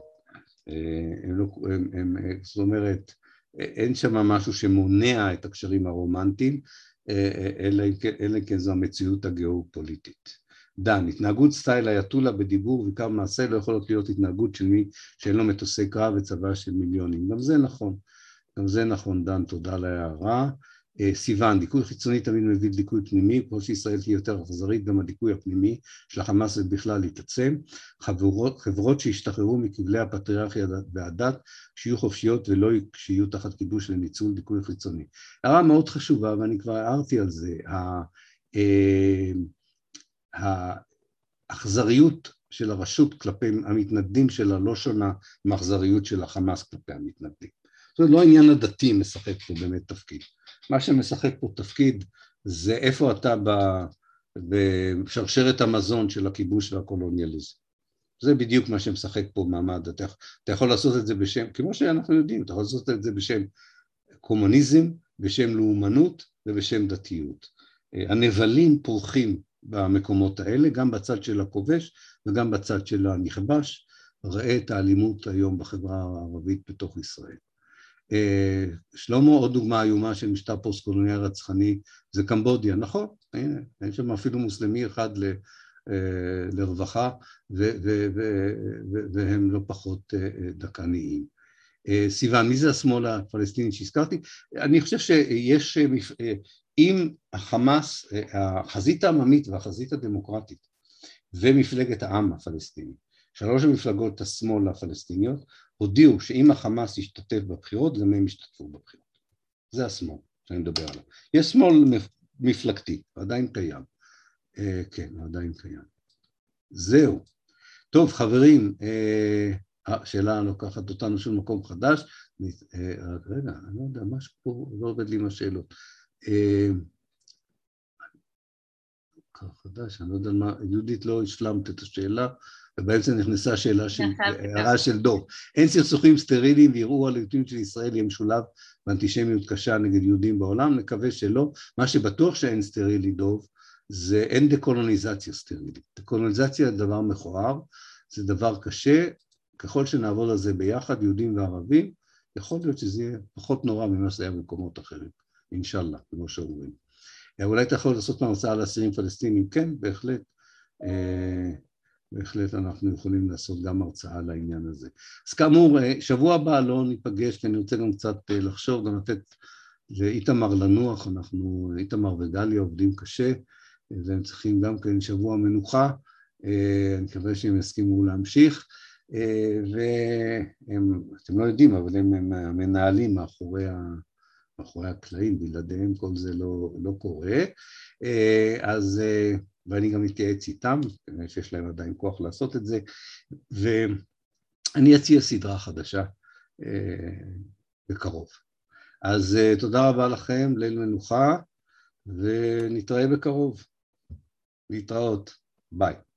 Speaker 2: זאת אומרת, אין שם משהו שמונע את הקשרים הרומנטיים, אלא כן זו המציאות הגיאופוליטית. דן, התנהגות סטייל אייתולה בדיבור ובעיקר מעשה לא יכולות להיות התנהגות של מי שאין לו מטוסי קרב וצבא של מיליונים. גם זה נכון. גם זה נכון, דן, תודה על ההערה. סיוון, דיכוי חיצוני תמיד מביא דיכוי פנימי, כמו שישראל תהיה יותר אכזרית, גם הדיכוי הפנימי של החמאס בכלל להתעצם. חברות שהשתחררו מכבלי הפטריארכיה והדת, שיהיו חופשיות ולא שיהיו תחת כיבוש לניצול דיכוי חיצוני. הערה מאוד חשובה, ואני כבר הערתי על זה, האכזריות של הרשות כלפי המתנגדים שלה לא שונה מאכזריות של החמאס כלפי המתנגדים. זאת אומרת, לא העניין הדתי משחק פה באמת תפקיד. מה שמשחק פה תפקיד זה איפה אתה בשרשרת המזון של הכיבוש והקולוניאליזם. זה בדיוק מה שמשחק פה מעמד. אתה יכול לעשות את זה בשם, כמו שאנחנו יודעים, אתה יכול לעשות את זה בשם קומוניזם, בשם לאומנות ובשם דתיות. הנבלים פורחים במקומות האלה, גם בצד של הכובש וגם בצד של הנכבש. ראה את האלימות היום בחברה הערבית בתוך ישראל. שלמה, עוד דוגמה איומה של משטר פוסט-קולוניאלי רצחני, זה קמבודיה, נכון, הנה, אין שם אפילו מוסלמי אחד לרווחה, והם לא פחות דכאניים. סיוון, מי זה השמאל הפלסטיני שהזכרתי? אני חושב שיש, אם החמאס, החזית העממית והחזית הדמוקרטית, ומפלגת העם הפלסטיני, שלוש המפלגות השמאל הפלסטיניות, הודיעו שאם החמאס ישתתף בבחירות, גם הם ישתתפו בבחירות. זה השמאל שאני מדבר עליו. יש שמאל מפלגתי, עדיין קיים. כן, עדיין קיים. זהו. טוב, חברים, השאלה לוקחת אותנו שום מקום חדש. רגע, אני לא יודע, משהו פה לא עובד לי עם השאלות. חדש, אני לא יודע מה, יהודית לא השלמת את השאלה, ובאמצע נכנסה השאלה של הערה של דור. אין סכסוכים סטריליים ויראו הלגיטימיות של ישראל יהיה משולב באנטישמיות קשה נגד יהודים בעולם, נקווה שלא. מה שבטוח שאין סטרילי, דוב, זה אין דקולוניזציה סטרילית. דקולוניזציה זה דבר מכוער, זה דבר קשה, ככל שנעבוד על זה ביחד, יהודים וערבים, יכול להיות שזה יהיה פחות נורא ממה שזה היה במקומות אחרים, אינשאללה, כמו שאומרים. אולי אתה יכול לעשות מהרצאה על אסירים פלסטינים, כן, בהחלט. בהחלט אנחנו יכולים לעשות גם הרצאה על העניין הזה. אז כאמור, שבוע הבא לא ניפגש, כי אני רוצה גם קצת לחשוב, גם לתת לאיתמר לנוח, איתמר וגליה עובדים קשה, והם צריכים גם כן שבוע מנוחה, אני מקווה שהם יסכימו להמשיך, ואתם לא יודעים, אבל הם המנהלים מאחורי הקלעים, בלעדיהם כל זה לא קורה, אז ואני גם מתייעץ איתם, שיש להם עדיין כוח לעשות את זה, ואני אציע סדרה חדשה בקרוב. אז תודה רבה לכם, ליל מנוחה, ונתראה בקרוב. להתראות, ביי.